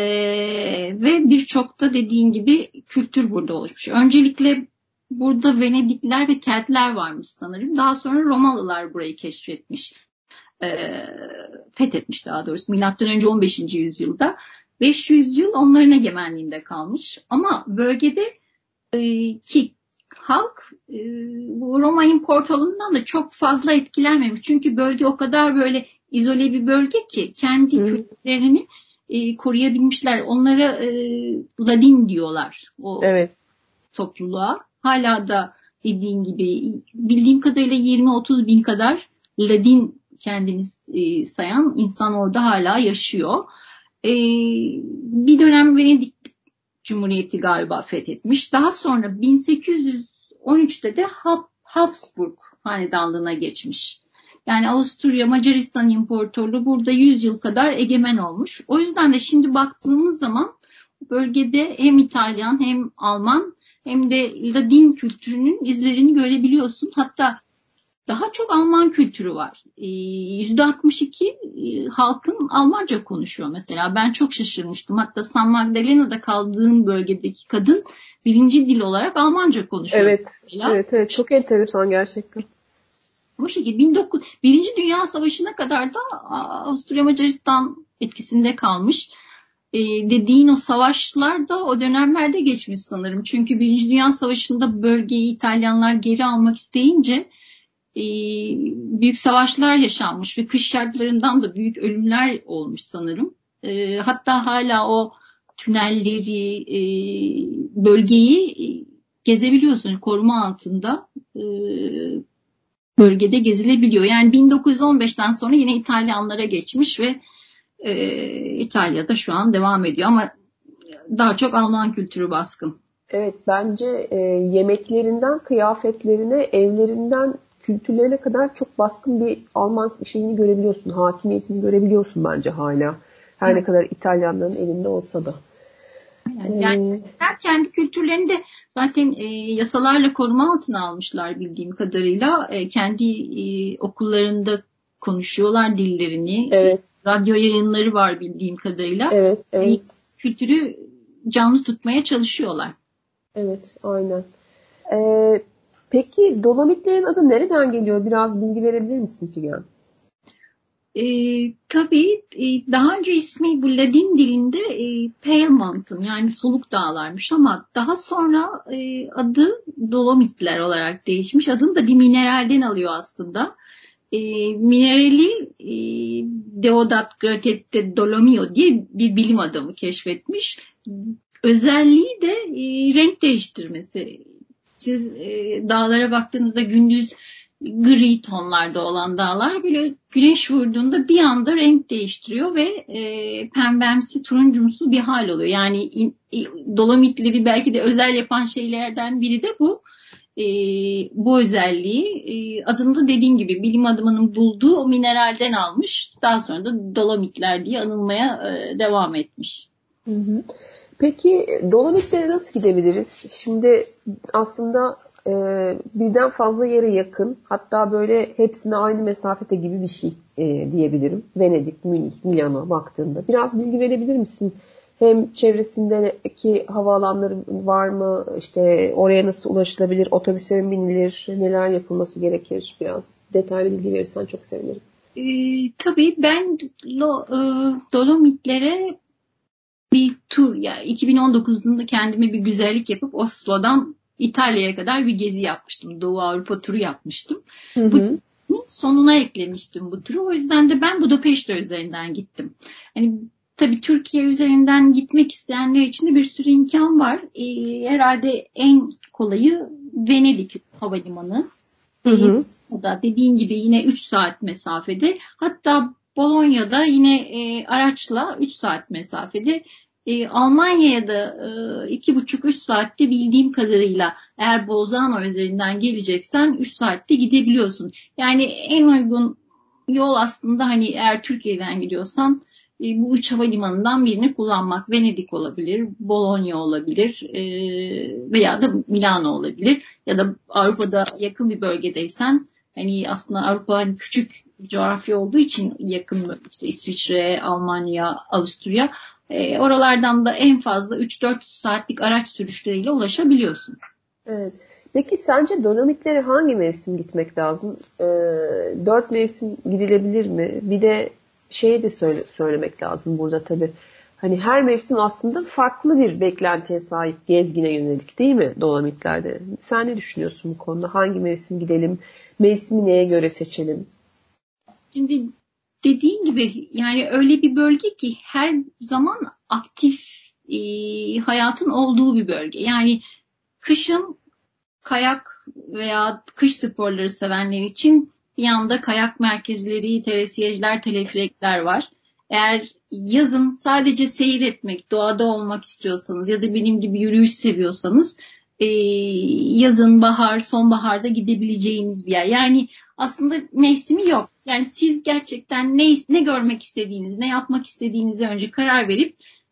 ve birçok da dediğin gibi kültür burada oluşmuş. Öncelikle burada Venedikliler ve Keltler varmış sanırım. Daha sonra Romalılar burayı keşfetmiş. E, fethetmiş daha doğrusu. Milattan önce on beşinci yüzyılda. beş yüz yıl onların egemenliğinde kalmış. Ama bölgede e, ki halk e, bu Roma İmparatorluğundan da çok fazla etkilenmemiş. Çünkü bölge o kadar böyle izole bir bölge ki kendi Hı. kültürlerini e, koruyabilmişler. Onlara e, Ladin diyorlar o Evet. topluluğa. Hala da dediğin gibi bildiğim kadarıyla yirmi otuz bin kadar Ladin kendini e, sayan insan orada hala yaşıyor. E, bir dönem Venedik Cumhuriyeti galiba fethetmiş. Daha sonra bin sekiz yüz on üçte de Habsburg hanedanlığına geçmiş. Yani Avusturya Macaristan İmparatorluğu burada yüz yıl kadar egemen olmuş. O yüzden de şimdi baktığımız zaman bölgede hem İtalyan hem Alman hem de Ladin kültürünün izlerini görebiliyorsun. Hatta daha çok Alman kültürü var. yüzde altmış iki halkın Almanca konuşuyor mesela. Ben çok şaşırmıştım. Hatta San Magdalena'da kaldığım bölgedeki kadın birinci dil olarak Almanca konuşuyor. Evet, Mesela. evet, evet. Çok enteresan gerçekten. Bu şekilde bin dokuz yüz Birinci Dünya Savaşı'na kadar da Avusturya Macaristan etkisinde kalmış. Ee, dediğin o savaşlar da o dönemlerde geçmiş sanırım. Çünkü Birinci Dünya Savaşı'nda bölgeyi İtalyanlar geri almak isteyince e, büyük savaşlar yaşanmış ve kış şartlarından da büyük ölümler olmuş sanırım. E, hatta hala o tünelleri, e, bölgeyi e, gezebiliyorsun koruma altında. E, bölgede gezilebiliyor. Yani bin dokuz yüz on beşten sonra yine İtalyanlara geçmiş ve e, İtalya'da şu an devam ediyor ama daha çok Alman kültürü baskın. Evet, bence e, yemeklerinden kıyafetlerine, evlerinden kültürlerine kadar çok baskın bir Alman şeyini görebiliyorsun, hakimiyetini görebiliyorsun bence hala. Her ne kadar İtalyanların elinde olsa da. Yani, yani her kendi kültürlerini de zaten e, yasalarla koruma altına almışlar bildiğim kadarıyla. E, kendi e, okullarında konuşuyorlar dillerini. Evet. E, radyo yayınları var bildiğim kadarıyla. Evet, evet. E, kültürü canlı tutmaya çalışıyorlar. Evet, aynen. Ee, peki Dolomitlerin adı nereden geliyor? Biraz bilgi verebilir misin Figen? E, tabii e, daha önce ismi bu Ladin dilinde e, Pale Mountain yani soluk dağlarmış ama daha sonra e, adı Dolomitler olarak değişmiş. Adını da bir mineralden alıyor aslında. E, minerali e, Deodat Gratet Dolomio diye bir bilim adamı keşfetmiş. Özelliği de e, renk değiştirmesi. Siz e, dağlara baktığınızda gündüz gri tonlarda olan dağlar böyle güneş vurduğunda bir anda renk değiştiriyor ve e, pembemsi, turuncumsu bir hal oluyor. Yani in, e, Dolomitleri belki de özel yapan şeylerden biri de bu. E, bu özelliği e, adını da dediğim gibi bilim adamının bulduğu o mineralden almış. Daha sonra da Dolomitler diye anılmaya e, devam etmiş. Hı hı. Peki Dolomitlere nasıl gidebiliriz? Şimdi aslında e, birden fazla yere yakın, hatta böyle hepsine aynı mesafede gibi bir şey e, diyebilirim. Venedik, Münih, Milano baktığında. Biraz bilgi verebilir misin? Hem çevresindeki havaalanları var mı? İşte oraya nasıl ulaşılabilir? Otobüse mi binilir? Neler yapılması gerekir? Biraz detaylı bilgi verirsen çok sevinirim. E, tabii ben lo, e, Dolomitlere bir tur ya yani iki bin on dokuzda kendime bir güzellik yapıp Oslo'dan İtalya'ya kadar bir gezi yapmıştım. Doğu Avrupa turu yapmıştım. Hı hı. Bu sonuna eklemiştim bu turu. O yüzden de ben Budapeşte üzerinden gittim. Hani tabii Türkiye üzerinden gitmek isteyenler için de bir sürü imkan var. Ee, herhalde en kolayı Venedik Havalimanı. Hı hı. O da dediğin gibi yine üç saat mesafede. Hatta Bolonya'da yine e, araçla üç saat mesafede. E, Almanya'ya da e, iki buçuk üç saatte bildiğim kadarıyla eğer Bolzano üzerinden geleceksen üç saatte gidebiliyorsun. Yani en uygun yol aslında hani eğer Türkiye'den gidiyorsan e, bu üç havalimanından birini kullanmak. Venedik olabilir, Bologna olabilir e, veya da Milano olabilir. Ya da Avrupa'da yakın bir bölgedeysen hani aslında Avrupa hani küçük coğrafya olduğu için yakın işte İsviçre, Almanya, Avusturya e, oralardan da en fazla üç dört saatlik araç sürüşleriyle ulaşabiliyorsun. Evet. Peki sence Dolomitlere hangi mevsim gitmek lazım? Ee, dört mevsim gidilebilir mi? Bir de şeyi de söyle, söylemek lazım burada tabii. Hani her mevsim aslında farklı bir beklentiye sahip gezgine yönelik değil mi Dolomitlerde? Sen ne düşünüyorsun bu konuda? Hangi mevsim gidelim? Mevsimi neye göre seçelim? Şimdi dediğin gibi yani öyle bir bölge ki her zaman aktif e, hayatın olduğu bir bölge. Yani kışın kayak veya kış sporları sevenler için bir yanda kayak merkezleri, teresiyejler, teleferikler var. Eğer yazın sadece seyretmek, doğada olmak istiyorsanız ya da benim gibi yürüyüş seviyorsanız e, yazın, bahar, sonbaharda gidebileceğiniz bir yer. Yani aslında mevsimi yok. Yani siz gerçekten ne, ne görmek istediğinizi, ne yapmak istediğinizi önce karar verip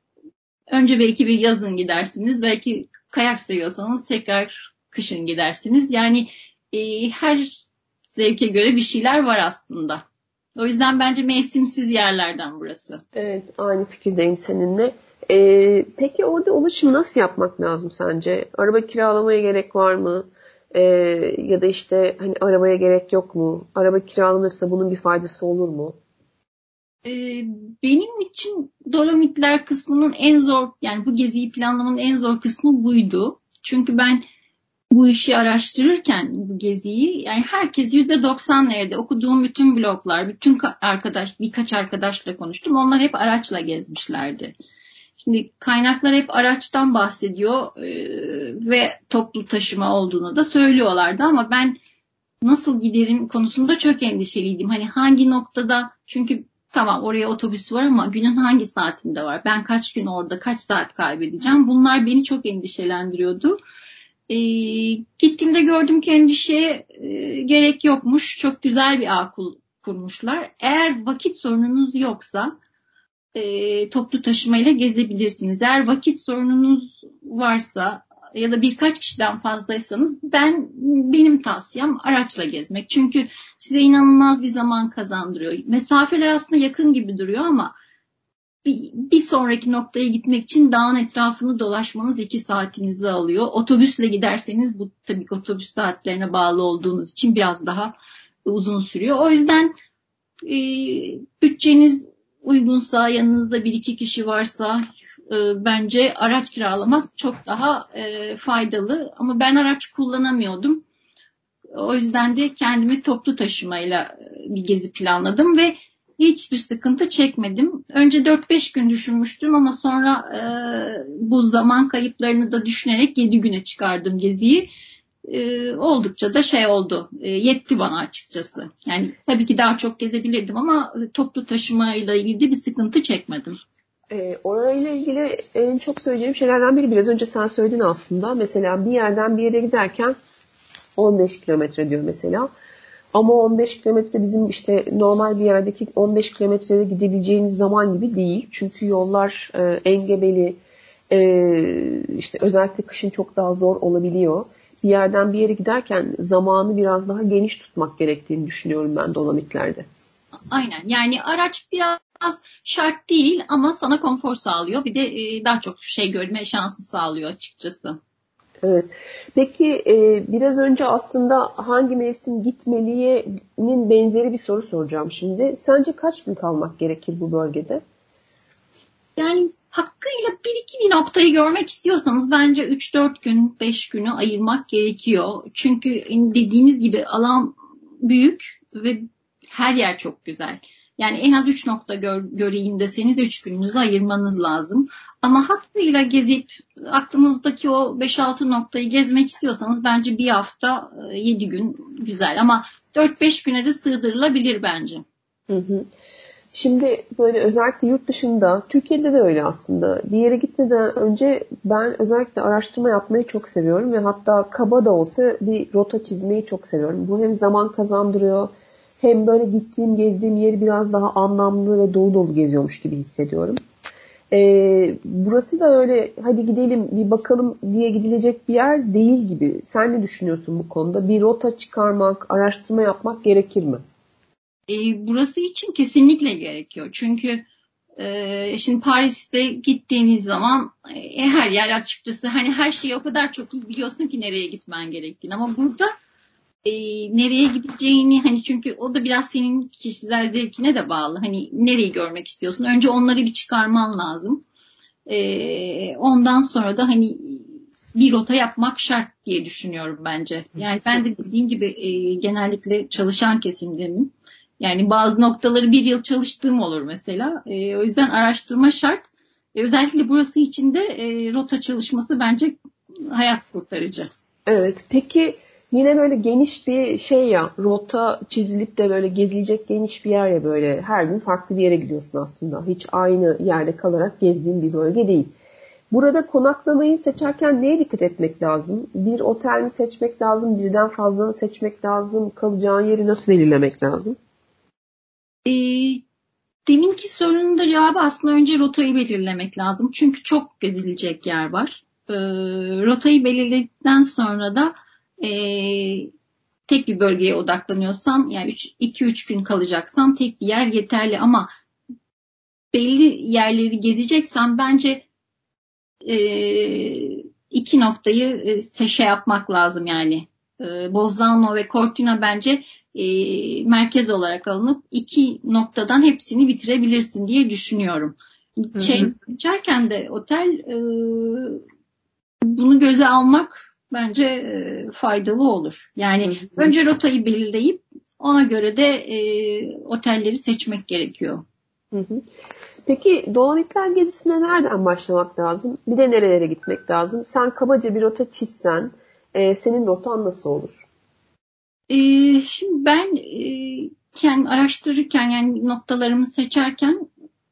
önce belki bir yazın gidersiniz. Belki kayak seviyorsanız tekrar kışın gidersiniz. Yani e, her zevke göre bir şeyler var aslında. O yüzden bence mevsimsiz yerlerden burası. Evet, aynı fikirdeyim seninle. Ee, peki orada ulaşımı nasıl yapmak lazım sence? Araba kiralamaya gerek var mı? Ee, ya da işte hani arabaya gerek yok mu? Araba kiralanırsa bunun bir faydası olur mu? Ee, benim için Dolomitler kısmının en zor, yani bu geziyi planlamanın en zor kısmı buydu. Çünkü ben bu işi araştırırken bu geziyi yani herkes yüzde doksan nerede okuduğum bütün bloglar, bütün arkadaş birkaç arkadaşla konuştum. Onlar hep araçla gezmişlerdi. Şimdi kaynaklar hep araçtan bahsediyor e, ve toplu taşıma olduğunu da söylüyorlardı ama ben nasıl giderim konusunda çok endişeliydim. Hani hangi noktada çünkü tamam oraya otobüs var ama günün hangi saatinde var? Ben kaç gün orada kaç saat kaybedeceğim? Bunlar beni çok endişelendiriyordu. E, gittiğimde gördüm ki endişeye e, gerek yokmuş. Çok güzel bir ağ kurmuşlar. Eğer vakit sorununuz yoksa e, toplu taşımayla gezebilirsiniz. Eğer vakit sorununuz varsa ya da birkaç kişiden fazlaysanız ben benim tavsiyem araçla gezmek. Çünkü size inanılmaz bir zaman kazandırıyor. Mesafeler aslında yakın gibi duruyor ama bir, bir sonraki noktaya gitmek için dağın etrafını dolaşmanız iki saatinizi alıyor. Otobüsle giderseniz bu tabii ki otobüs saatlerine bağlı olduğunuz için biraz daha uzun sürüyor. O yüzden e, bütçeniz uygunsa, yanınızda bir iki kişi varsa e, bence araç kiralamak çok daha e, faydalı. Ama ben araç kullanamıyordum. O yüzden de kendimi toplu taşımayla e, bir gezi planladım ve hiçbir sıkıntı çekmedim. Önce dört beş gün düşünmüştüm ama sonra e, bu zaman kayıplarını da düşünerek yedi güne çıkardım geziyi. Ee, oldukça da şey oldu. E, yetti bana açıkçası. Yani tabii ki daha çok gezebilirdim ama toplu taşımayla ilgili bir sıkıntı çekmedim. E, orayla ilgili en çok söyleyeceğim şeylerden biri biraz önce sen söyledin aslında. Mesela bir yerden bir yere giderken on beş kilometre diyor mesela. Ama on beş kilometre bizim işte normal bir yerdeki on beş kilometrede gidebileceğiniz zaman gibi değil. Çünkü yollar e, engebeli, e, işte özellikle kışın çok daha zor olabiliyor. Bir yerden bir yere giderken zamanı biraz daha geniş tutmak gerektiğini düşünüyorum ben Dolomitlerde. Aynen. Yani araç biraz şart değil ama sana konfor sağlıyor. Bir de e, daha çok şey görme şansı sağlıyor açıkçası. Evet. Peki e, biraz önce aslında hangi mevsim gitmeliye'nin benzeri bir soru soracağım şimdi. Sence kaç gün kalmak gerekir bu bölgede? Yani hakkıyla bir iki bir noktayı görmek istiyorsanız bence üç dört gün, beş günü ayırmak gerekiyor. Çünkü dediğimiz gibi alan büyük ve her yer çok güzel. Yani en az üç nokta gör, göreyim deseniz üç gününüzü ayırmanız lazım. Ama hakkıyla gezip aklınızdaki o beş altı noktayı gezmek istiyorsanız bence bir hafta yedi gün güzel. Ama dört beş güne de sığdırılabilir bence. Hı hı. Şimdi böyle özellikle yurt dışında, Türkiye'de de öyle aslında. Bir yere gitmeden önce ben özellikle araştırma yapmayı çok seviyorum ve hatta kaba da olsa bir rota çizmeyi çok seviyorum. Bu hem zaman kazandırıyor hem böyle gittiğim, gezdiğim yeri biraz daha anlamlı ve dolu dolu geziyormuş gibi hissediyorum. Ee, burası da öyle hadi gidelim bir bakalım diye gidilecek bir yer değil gibi. Sen ne düşünüyorsun bu konuda? Bir rota çıkarmak, araştırma yapmak gerekir mi? E, burası için kesinlikle gerekiyor. Çünkü e, şimdi Paris'te gittiğiniz zaman e, her yer açıkçası hani her şeyi o kadar çok iyi biliyorsun ki nereye gitmen gerektiğini. Ama burada e, nereye gideceğini hani çünkü o da biraz senin kişisel zevkine de bağlı. Hani nereyi görmek istiyorsun? Önce onları bir çıkarman lazım. E, ondan sonra da hani bir rota yapmak şart diye düşünüyorum bence. Yani ben de dediğim gibi e, genellikle çalışan kesimdenim. Yani bazı noktaları bir yıl çalıştığım olur mesela. E, o yüzden araştırma şart. E, özellikle burası için de e, rota çalışması bence hayat kurtarıcı. Evet. Peki yine böyle geniş bir şey ya, rota çizilip de böyle gezilecek geniş bir yer ya, böyle her gün farklı bir yere gidiyorsun aslında. Hiç aynı yerde kalarak gezdiğin bir bölge değil. Burada konaklamayı seçerken neye dikkat etmek lazım? Bir otel mi seçmek lazım? Birden fazla mı seçmek lazım? Kalacağın yeri nasıl belirlemek lazım? E, deminki sorunun da cevabı aslında önce rotayı belirlemek lazım. Çünkü çok gezilecek yer var. E, rotayı belirledikten sonra da e, tek bir bölgeye odaklanıyorsan yani iki üç gün kalacaksan tek bir yer yeterli ama belli yerleri gezeceksen bence e, iki noktayı e, şey yapmak lazım yani. E, Bolzano ve Cortina bence e, merkez olarak alınıp iki noktadan hepsini bitirebilirsin diye düşünüyorum. Hı Şey hı. seçerken de otel e, bunu göze almak bence e, faydalı olur. Hı Yani hı. önce rotayı belirleyip ona göre de e, otelleri seçmek gerekiyor. Hı hı. Peki Dolomitler gezisine nereden başlamak lazım? Bir de nerelere gitmek lazım? Sen kabaca bir rota çizsen, e, senin rotan nasıl olur? E, şimdi ben e, yani araştırırken yani noktalarımı seçerken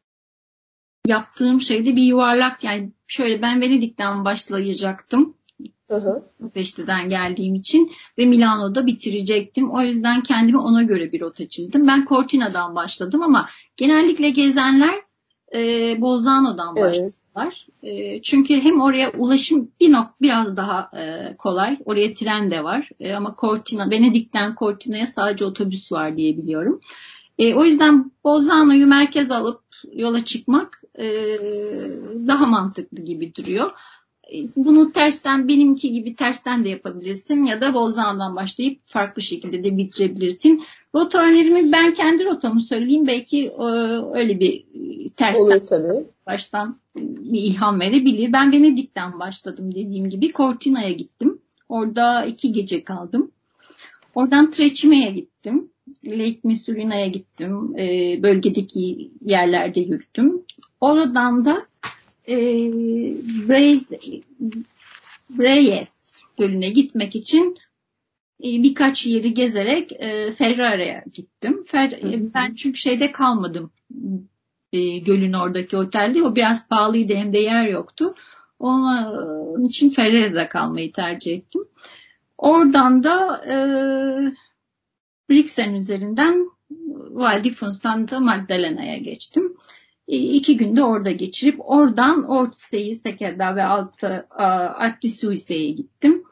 yaptığım şey de bir yuvarlak, yani şöyle ben Venedik'ten başlayacaktım. Hı hı. Budapeşte'den geldiğim için ve Milano'da bitirecektim. O yüzden kendime ona göre bir rota çizdim. Ben Cortina'dan başladım ama genellikle gezenler e, Bolzano'dan Evet. başladılar. E, çünkü hem oraya ulaşım bir nok biraz daha e, kolay. Oraya tren de var. E, ama Cortina, Venedik'ten Cortina'ya sadece otobüs var diye biliyorum. E, o yüzden Bolzano'yu merkez alıp yola çıkmak e, daha mantıklı gibi duruyor. Bunu tersten, benimki gibi tersten de yapabilirsin ya da Bolzano'dan başlayıp farklı şekilde de bitirebilirsin. Rota önerimi ben kendi rotamı söyleyeyim. Belki e, öyle bir tersten Olur tabii. baştan bir ilham verebilir. Ben Venedik'ten başladım dediğim gibi. Cortina'ya gittim. Orada iki gece kaldım. Oradan Trecima'ya gittim. Lake Missouri'ye gittim. E, bölgedeki yerlerde yürüdüm. Oradan da e, Braze, Breyes Gölü'ne gitmek için e, birkaç yeri gezerek e, Ferrara'ya gittim. Fer, e, ben çünkü şeyde kalmadım. E, gölün oradaki otelde. O biraz pahalıydı, hem de yer yoktu. Onun için Ferrara'da kalmayı tercih ettim. Oradan da e, Brixen üzerinden Val di Santa Magdalena'ya geçtim. E, iki günde orada geçirip oradan Ortisei, Sekedda ve Alta, Alp di Suise'ye gittim.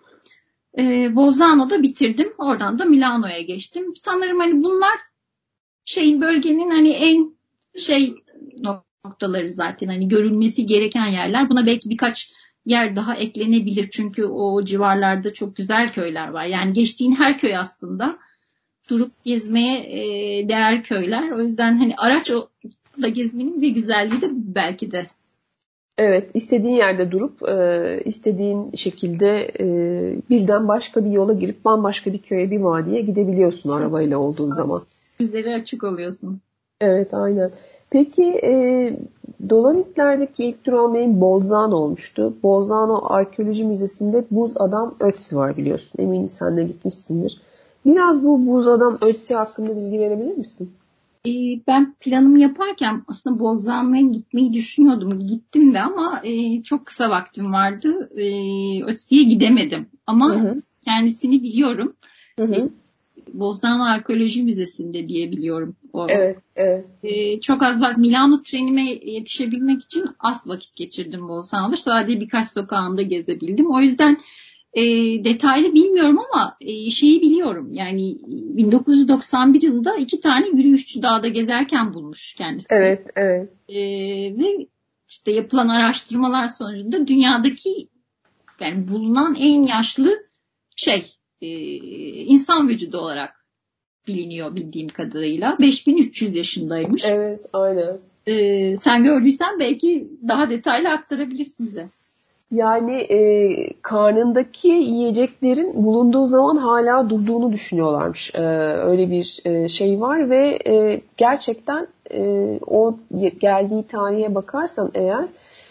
E, Bolzano'da bitirdim. Oradan da Milano'ya geçtim. Sanırım hani bunlar şeyin, bölgenin hani en şey noktaları, zaten hani görülmesi gereken yerler. Buna belki birkaç yer daha eklenebilir. Çünkü o civarlarda çok güzel köyler var. Yani geçtiğin her köy aslında durup gezmeye e, değer köyler. O yüzden hani araçla gezmenin bir güzelliği de belki de. Evet, istediğin yerde durup e, istediğin şekilde e, birden başka bir yola girip bambaşka bir köye, bir vadiye gidebiliyorsun arabayla olduğun zaman. Üzeri açık oluyorsun. Evet, aynen. Peki e, Dolomitler'deki ilk durağım benim Bolzano olmuştu. Bolzano Arkeoloji Müzesi'nde Buz Adam Ötzi var, biliyorsun. Eminim sen de gitmişsindir. Biraz bu Buz Adam Ötzi hakkında bilgi verebilir misin? E, ben planımı yaparken aslında Bolzano'ya gitmeyi düşünüyordum. Gittim de ama e, çok kısa vaktim vardı. E, Ötzi'ye gidemedim. Hı Ama hı. kendisini biliyorum. Hı E, hı. Bolzano Arkeoloji Müzesi'nde diye biliyorum. O, Evet, evet. e, çok az vakit, Milano trenime yetişebilmek için az vakit geçirdim Bolzano'da. Sadece birkaç sokağında gezebildim. O yüzden e, detaylı bilmiyorum ama e, şeyi biliyorum. Yani bin dokuz yüz doksan bir yılında iki tane yürüyüşçü dağda gezerken bulmuş kendisini. Evet, evet. E, ve işte yapılan araştırmalar sonucunda dünyadaki, yani bulunan en yaşlı şey e, insan vücudu olarak biliniyor bildiğim kadarıyla. beş bin üç yüz yaşındaymış. Evet, aynen. E, sen gördüysen belki daha detaylı aktarabilirsin bize. Yani e, karnındaki yiyeceklerin bulunduğu zaman hala durduğunu düşünüyorlarmış. E, öyle bir e, şey var ve e, gerçekten e, o geldiği tarihe bakarsan eğer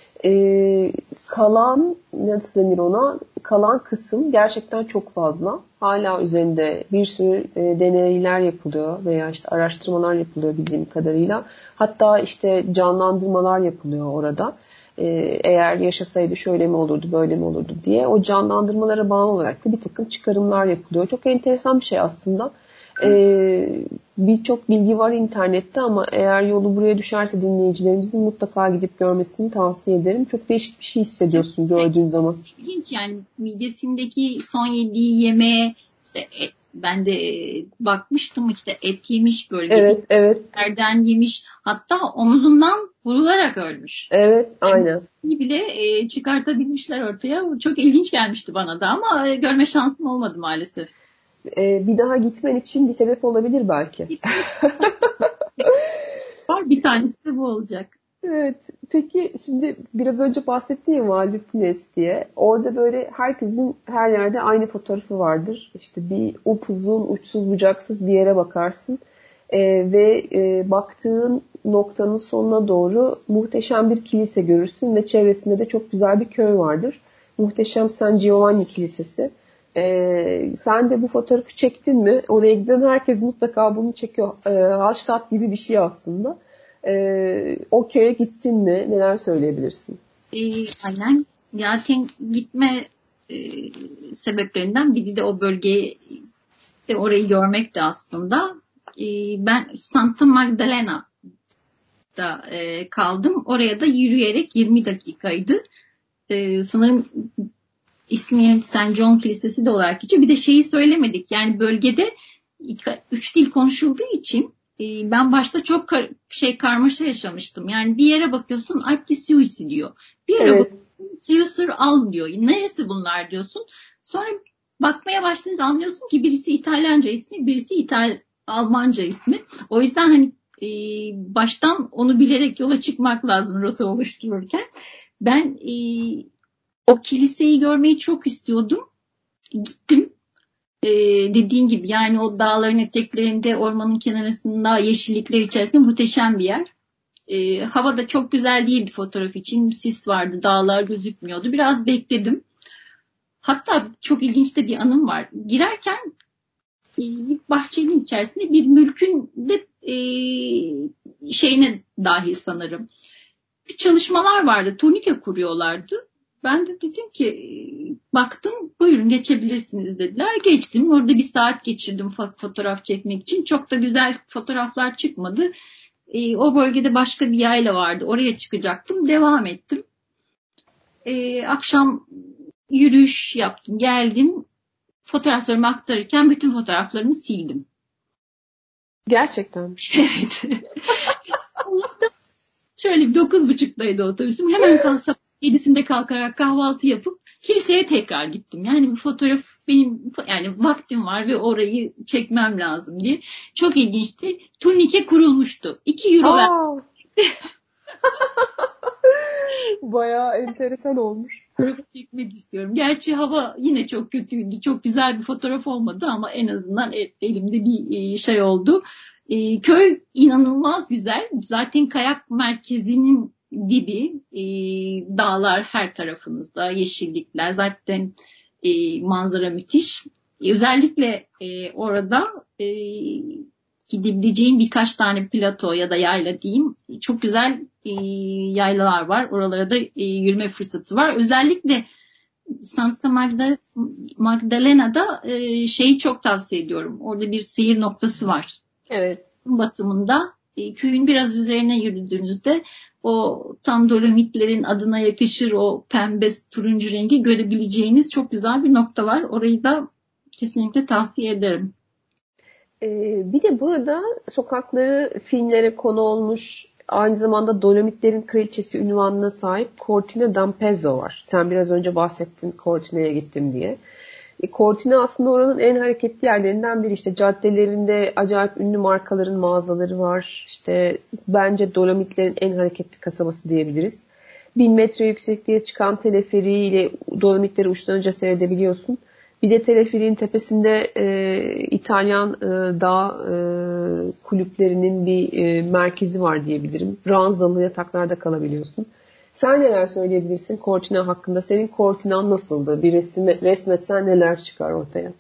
e, kalan, nasıl denir ona, kalan kısım gerçekten çok fazla. Hala üzerinde bir sürü e, deneyler yapılıyor veya işte araştırmalar yapılıyor bildiğim kadarıyla. Hatta işte canlandırmalar yapılıyor orada. Eğer yaşasaydı şöyle mi olurdu, böyle mi olurdu diye o canlandırmalara bağlı olarak da bir takım çıkarımlar yapılıyor. Çok enteresan bir şey aslında. Ee, Birçok bilgi var internette ama eğer yolu buraya düşerse dinleyicilerimizin mutlaka gidip görmesini tavsiye ederim. Çok değişik bir şey hissediyorsun gördüğün zaman. İlginç, yani midesindeki son yediği yemeğe işte et, ben de bakmıştım, işte et yemiş, böyle Evet, evet. yerden yemiş, hatta omuzundan vurularak ölmüş. Evet, Yani aynen. bile e, çıkartabilmişler ortaya. Çok ilginç gelmişti bana da ama e, görme şansım olmadı maalesef. Ee, bir daha gitmen için bir sebep olabilir belki. Var, bir tanesi de bu olacak. Evet. Peki şimdi biraz önce bahsettiğim ya Valdivines diye. Orada böyle herkesin her yerde aynı fotoğrafı vardır. İşte bir upuzun, uçsuz bucaksız bir yere bakarsın. Ee, ve e, baktığın noktanın sonuna doğru muhteşem bir kilise görürsün ve çevresinde de çok güzel bir köy vardır. Muhteşem San Giovanni Kilisesi. Ee, sen de bu fotoğrafı çektin mi? Oraya giden herkes mutlaka bunu çekiyor. Ee, hashtag gibi bir şey aslında. Ee, o köye gittin mi? Neler söyleyebilirsin? Ee, aynen. Zaten gitme e, sebeplerinden biri de o bölgeyi de orayı görmekti aslında. Ee, ben Santa Magdalena'da e, kaldım. Oraya da yürüyerek yirmi dakikaydı. Ee, sanırım ismi Saint John Kilisesi de olarak geçiyor. Bir de şeyi söylemedik. Yani bölgede üç dil konuşulduğu için e, ben başta çok kar, şey karmaşa yaşamıştım. Yani bir yere bakıyorsun Alpli Siusi diyor. Bir yere evet. bakıyorsun Siusur Al diyor. Neresi bunlar diyorsun. Sonra bakmaya başlayınca anlıyorsun ki birisi İtalyanca ismi, birisi İtal Almanca ismi. O yüzden hani e, baştan onu bilerek yola çıkmak lazım rota oluştururken. Ben e, o kiliseyi görmeyi çok istiyordum. Gittim. Ee, dediğin gibi yani o dağların eteklerinde, ormanın kenarında, yeşillikler içerisinde muhteşem bir yer. Ee, hava da çok güzel değildi fotoğraf için. Sis vardı, dağlar gözükmüyordu. Biraz bekledim. Hatta çok ilginç de bir anım var. Girerken e, bir bahçenin içerisinde bir mülkün de e, şeyine dahil sanırım. Bir çalışmalar vardı. Turnike kuruyorlardı. Ben de dedim ki baktım buyurun geçebilirsiniz dediler. Geçtim. Orada bir saat geçirdim fotoğraf çekmek için. Çok da güzel fotoğraflar çıkmadı. E, o bölgede başka bir yayla vardı. Oraya çıkacaktım. Devam ettim. E, akşam yürüyüş yaptım. Geldim. Fotoğraflarımı aktarırken bütün fotoğraflarımı sildim. Gerçekten. Evet. Şöyle bir dokuz buçuktaydı otobüsüm. Hemen kalsam yedisinde kalkarak kahvaltı yapıp kiliseye tekrar gittim. Yani bu fotoğraf benim yani vaktim var ve orayı çekmem lazım diye. Çok ilginçti. Turnike kurulmuştu. iki euro verdim. Bayağı enteresan olmuş. Çekmek istiyorum. Gerçi hava yine çok kötüydü. Çok güzel bir fotoğraf olmadı ama en azından elimde bir şey oldu. Köy inanılmaz güzel. Zaten kayak merkezinin dibi, e, dağlar her tarafınızda, yeşillikler, zaten e, manzara müthiş. E, özellikle e, orada e, gidebileceğim birkaç tane plato ya da yayla diyeyim, çok güzel e, yaylalar var. Oralara da e, yürüme fırsatı var. Özellikle Santa Magda, Magdalena'da e, şeyi çok tavsiye ediyorum. Orada bir seyir noktası var. Evet. Batımında e, köyün biraz üzerine yürüdüğünüzde o tam Dolomitlerin adına yakışır o pembe turuncu rengi görebileceğiniz çok güzel bir nokta var. Orayı da kesinlikle tavsiye ederim. Ee, bir de burada sokakları filmlere konu olmuş, aynı zamanda Dolomitlerin kraliçesi unvanına sahip Cortina d'Ampezzo var. Sen biraz önce bahsettin Cortina'ya gittim diye. E, Cortina aslında oranın en hareketli yerlerinden biri. İşte caddelerinde acayip ünlü markaların mağazaları var. İşte bence Dolomitlerin en hareketli kasabası diyebiliriz. Bin metre yüksekliğe çıkan teleferiyle Dolomitleri uçtan uca seyredebiliyorsun. Bir de teleferiğin tepesinde e, İtalyan e, dağ e, kulüplerinin bir e, merkezi var diyebilirim. Ranzalı yataklarda kalabiliyorsun. Sen neler söyleyebilirsin Cortina hakkında? Senin Cortina'n nasıldı? Bir resim, resmetsen neler çıkar ortaya?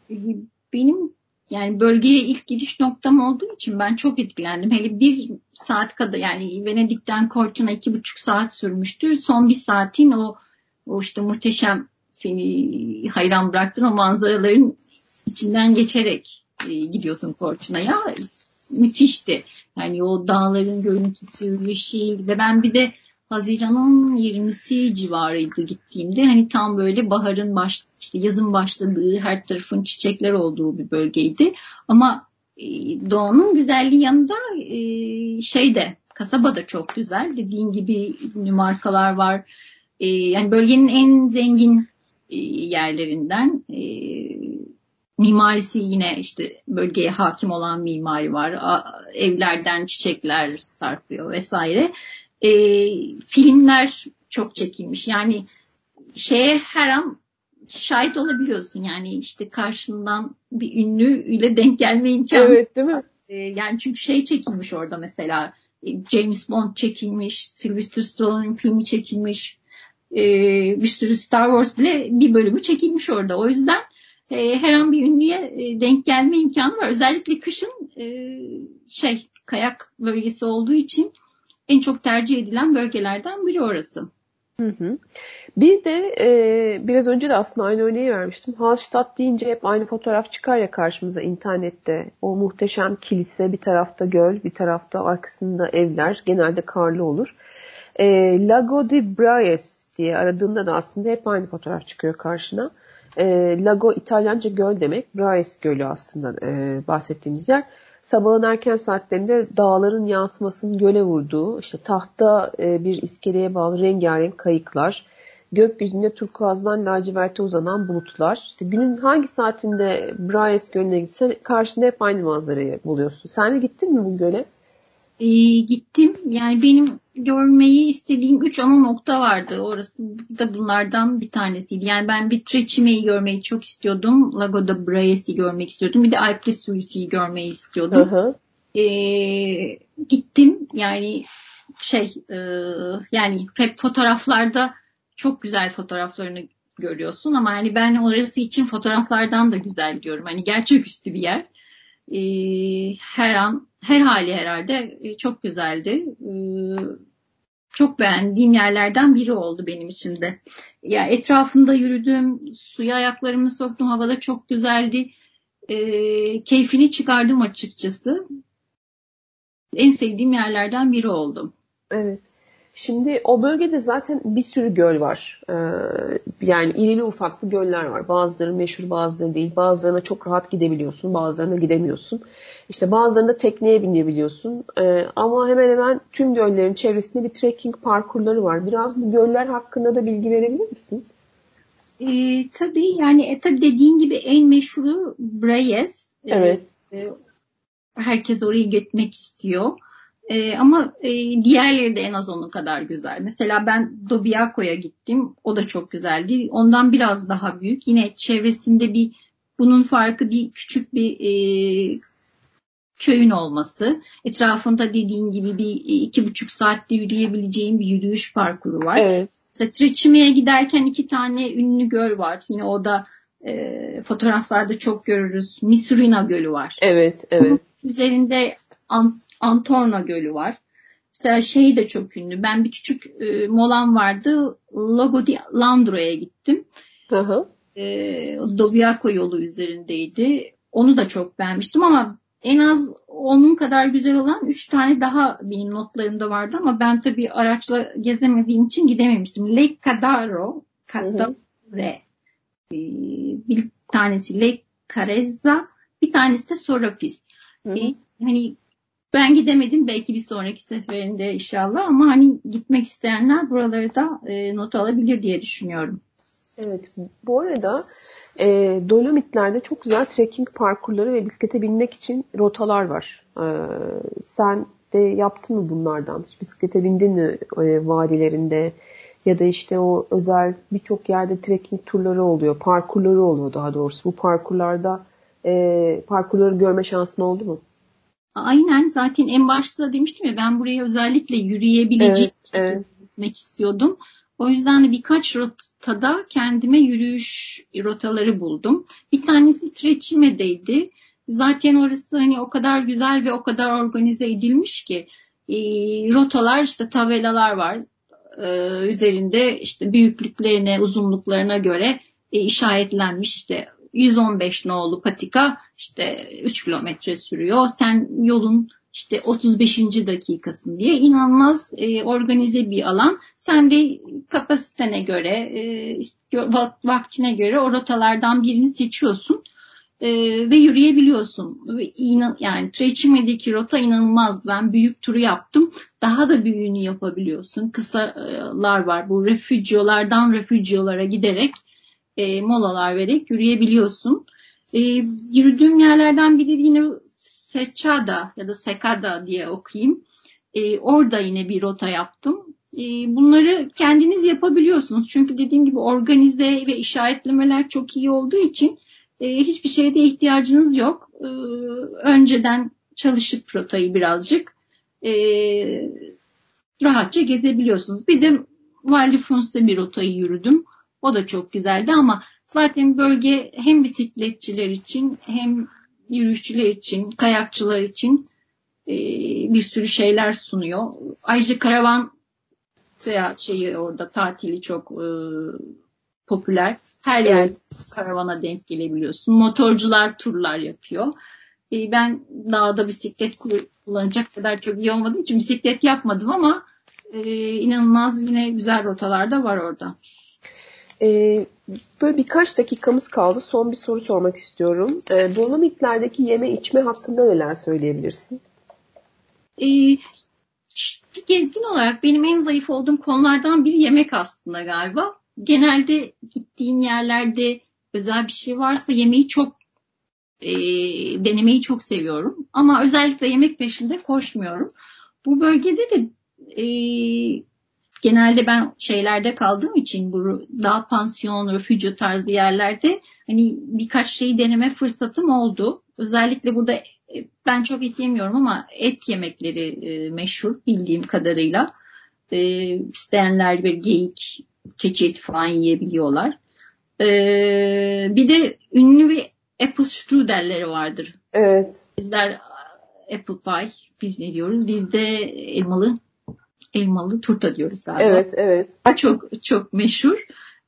Benim yani bölgeye ilk gidiş noktam olduğu için ben çok etkilendim. Hele bir saat kadar yani Venedik'ten Cortina iki buçuk saat sürmüştü. Son bir saatin o, o işte muhteşem seni hayran bıraktın o manzaraların içinden geçerek e, gidiyorsun Cortina'ya. Müthişti. Yani o dağların görüntüsü, yeşil ve ben bir de Haziran'ın yirmisi civarıydı gittiğimde. Hani tam böyle baharın baş, işte yazın başladığı, her tarafın çiçekler olduğu bir bölgeydi. Ama e, doğanın güzelliği yanında e, şey de kasaba da çok güzel. Dediğin gibi ünlü markalar var. E, yani bölgenin en zengin e, yerlerinden. E, mimarisi yine işte bölgeye hakim olan mimari var. A, evlerden çiçekler sarkıyor vesaire. E, filmler çok çekilmiş. Yani şeye her an şahit olabiliyorsun. Yani işte karşından bir ünlü ile denk gelme imkanı. Evet, değil mi? E, yani çünkü şey çekilmiş orada mesela. James Bond çekilmiş, Sylvester Stallone'un filmi çekilmiş, e, bir sürü Star Wars bile bir bölümü çekilmiş orada. O yüzden e, her an bir ünlüye e, denk gelme imkanı var. Özellikle kışın e, şey kayak bölgesi olduğu için en çok tercih edilen bölgelerden biri orası. Hı hı. Bir de e, biraz önce de aslında aynı örneği vermiştim. Hallstatt deyince hep aynı fotoğraf çıkar ya karşımıza internette. O muhteşem kilise, bir tarafta göl, bir tarafta arkasında evler. Genelde karlı olur. E, Lago di Braies diye aradığında da aslında hep aynı fotoğraf çıkıyor karşına. E, Lago İtalyanca göl demek. Braies Gölü aslında e, bahsettiğimiz yer. Sabahın erken saatlerinde dağların yansımasının göle vurduğu, işte tahta e, bir iskeleye bağlı rengarenk kayıklar, gökyüzünde turkuazdan laciverte uzanan bulutlar. İşte günün hangi saatinde Braies Gölü'ne gitsen karşında hep aynı manzarayı buluyorsun. Sen de gittin mi bu göle? E, gittim. Yani benim görmeyi istediğim üç ana nokta vardı. Orası da bunlardan bir tanesiydi. Yani ben bir Trecime'yi görmeyi çok istiyordum. Lago da Braies'i görmek istiyordum. Bir de Alpli Suisi'yi görmeyi istiyordum. Hı hı. E, gittim. Yani şey e, yani hep fotoğraflarda çok güzel fotoğraflarını görüyorsun ama hani ben orası için fotoğraflardan da güzel diyorum. Hani gerçeküstü bir yer. Ee, her an, her hali herhalde e, çok güzeldi. Ee, çok beğendiğim yerlerden biri oldu benim için de. Ya etrafında yürüdüm, suya ayaklarımı soktum, havada çok güzeldi. Ee, keyfini çıkardım açıkçası. En sevdiğim yerlerden biri oldu. Evet. Şimdi o bölgede zaten bir sürü göl var. Ee, yani irili ufaklı göller var. Bazıları meşhur, bazıları değil. Bazılarına çok rahat gidebiliyorsun, bazılarına gidemiyorsun. İşte bazılarında tekneye binebiliyorsun. Ee, ama hemen hemen tüm göllerin çevresinde bir trekking parkurları var. Biraz bu göller hakkında da bilgi verebilir misin? Ee, tabii yani e, tabii dediğin gibi en meşhuru Braies. Ee, Evet. e, herkes oraya gitmek istiyor. Ee, ama e, diğerleri de en az onun kadar güzel. Mesela ben Dobiako'ya gittim. O da çok güzeldi. Ondan biraz daha büyük. Yine çevresinde bir bunun farkı bir küçük bir e, köyün olması. Etrafında dediğin gibi bir iki buçuk saatte yürüyebileceğin bir yürüyüş parkuru var. Evet. Mesela Treçime'ye giderken iki tane ünlü göl var. Yine o da e, fotoğraflarda çok görürüz. Misurina Gölü var. Evet, Onun evet. üzerinde Ant- Antorna Gölü var. Mesela şey de çok ünlü. Ben bir küçük e, molam vardı. Lago di Landro'ya gittim. Hı hı. E, Dobiaco yolu üzerindeydi. Onu da çok beğenmiştim ama en az onun kadar güzel olan üç tane daha benim notlarımda vardı ama ben tabii araçla gezemediğim için gidememiştim. Lake Cadaro, Hı hı. Cadare, e, bir tanesi Lake Carezza, bir tanesi de Sorapis. Hı E, hı. hani ben gidemedim belki bir sonraki seferinde inşallah ama hani gitmek isteyenler buraları da e, not alabilir diye düşünüyorum. Evet. Bu arada e, Dolomitler'de çok güzel trekking parkurları ve bisiklete binmek için rotalar var. E, sen de yaptın mı bunlardan? Hiç bisiklete bindin mi e, vadilerinde? Ya da işte o özel birçok yerde trekking turları oluyor. Parkurları oluyor daha doğrusu. Bu parkurlarda e, parkurları görme şansın oldu mu? Aynen zaten en başta da demiştim ya ben buraya özellikle yürüyebileceğim Evet, şekilde evet. gitmek istiyordum. O yüzden de birkaç rotada kendime yürüyüş rotaları buldum. Bir tanesi Treçime'deydi. Zaten orası hani o kadar güzel ve o kadar organize edilmiş ki e, rotalar işte tabelalar var. E, üzerinde işte büyüklüklerine, uzunluklarına göre e, işaretlenmiş işte yüz on beş nolu patika işte üç kilometre sürüyor. Sen yolun işte otuz beşinci dakikasın diye inanılmaz e, organize bir alan. Sen de kapasitene göre, e, işte, vaktine göre o rotalardan birini seçiyorsun e, ve yürüyebiliyorsun. Ve inan, yani Treçime'deki rota inanılmaz. Ben büyük turu yaptım. Daha da büyüğünü yapabiliyorsun. Kısalar var. Bu refugiolardan refugiolara giderek e, molalar vererek yürüyebiliyorsun. E, yürüdüğüm yerlerden biri yine Secada ya da Sekada diye okuyayım. E, orada yine bir rota yaptım. E, bunları kendiniz yapabiliyorsunuz. Çünkü dediğim gibi organize ve işaretlemeler çok iyi olduğu için e, hiçbir şeye de ihtiyacınız yok. E, önceden çalışıp rotayı birazcık e, rahatça gezebiliyorsunuz. Bir de Val di Funs'ta bir rotayı yürüdüm. O da çok güzeldi ama Zaten bölge hem bisikletçiler için hem yürüyüşçüler için, kayakçılar için e, bir sürü şeyler sunuyor. Ayrıca karavan seyahat şeyi orada tatili çok e, popüler. Her yerde Evet. karavana denk gelebiliyorsun. Motorcular turlar yapıyor. E, ben dağda bisiklet kullanacak kadar çok iyi olmadığım için bisiklet yapmadım ama e, inanılmaz yine güzel rotalar da var orada. Ee, Böyle birkaç dakikamız kaldı. Son bir soru sormak istiyorum. Ee, Dolomitler'deki yeme içme hakkında neler söyleyebilirsin? E, Bir gezgin olarak benim en zayıf olduğum konulardan biri yemek aslında galiba. Genelde gittiğim yerlerde özel bir şey varsa yemeği çok e, denemeyi çok seviyorum. Ama özellikle yemek peşinde koşmuyorum. Bu bölgede de e, genelde ben şeylerde kaldığım için bu dağ pansiyon, refüjyo tarzı yerlerde hani birkaç şeyi deneme fırsatım oldu. Özellikle burada e, ben çok et yemiyorum ama et yemekleri e, meşhur bildiğim kadarıyla. E, isteyenler bir geyik, keçi eti falan yiyebiliyorlar. E, Bir de ünlü bir apple strudelleri vardır. Evet. Bizler apple pie, biz ne diyoruz? Bizde elmalı elmalı turta diyoruz galiba. Evet, evet. Çok çok meşhur.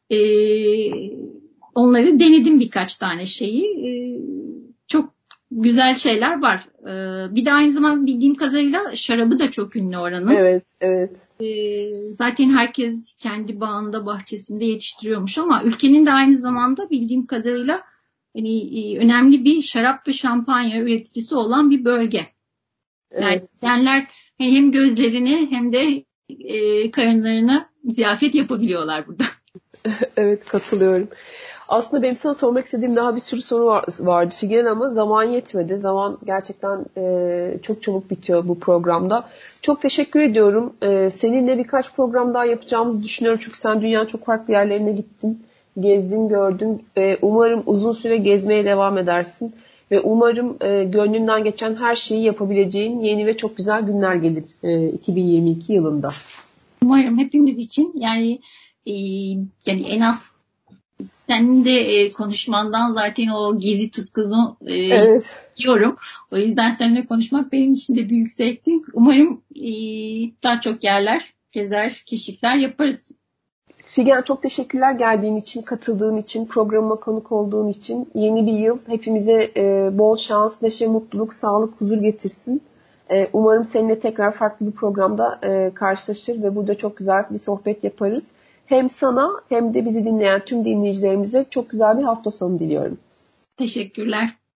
Ee, Onları denedim birkaç tane şeyi. Ee, çok güzel şeyler var. Ee, bir de aynı zamanda bildiğim kadarıyla şarabı da çok ünlü oranın. Evet, evet. Ee, zaten herkes kendi bağında, bahçesinde yetiştiriyormuş ama ülkenin de aynı zamanda bildiğim kadarıyla hani e, önemli bir şarap ve şampanya üreticisi olan bir bölge. Yani Evet. genler hem gözlerini hem de e, karınlarına ziyafet yapabiliyorlar burada. Evet, katılıyorum. Aslında benim sana sormak istediğim daha bir sürü soru var, vardı Figen ama zaman yetmedi. Zaman gerçekten e, çok çabuk bitiyor bu programda. Çok teşekkür ediyorum. E, seninle birkaç program daha yapacağımızı düşünüyorum. Çünkü sen dünyanın çok farklı yerlerine gittin. Gezdin, gördün. E, umarım uzun süre gezmeye devam edersin. Ve umarım e, gönlünden geçen her şeyi yapabileceğin yeni ve çok güzel günler gelir e, iki bin yirmi iki yılında. Umarım hepimiz için yani e, yani en az senin de e, konuşmandan zaten o gezi tutkunu e, Evet. hissediyorum. O yüzden seninle konuşmak benim için de büyük zevkti. Umarım e, daha çok yerler, gezer, keşifler yaparız. Figen çok teşekkürler geldiğin için, katıldığın için, programıma konuk olduğun için. Yeni bir yıl hepimize e, bol şans, neşe, mutluluk, sağlık, huzur getirsin. E, umarım seninle tekrar farklı bir programda e, karşılaşır ve burada çok güzel bir sohbet yaparız. Hem sana hem de bizi dinleyen tüm dinleyicilerimize çok güzel bir hafta sonu diliyorum. Teşekkürler.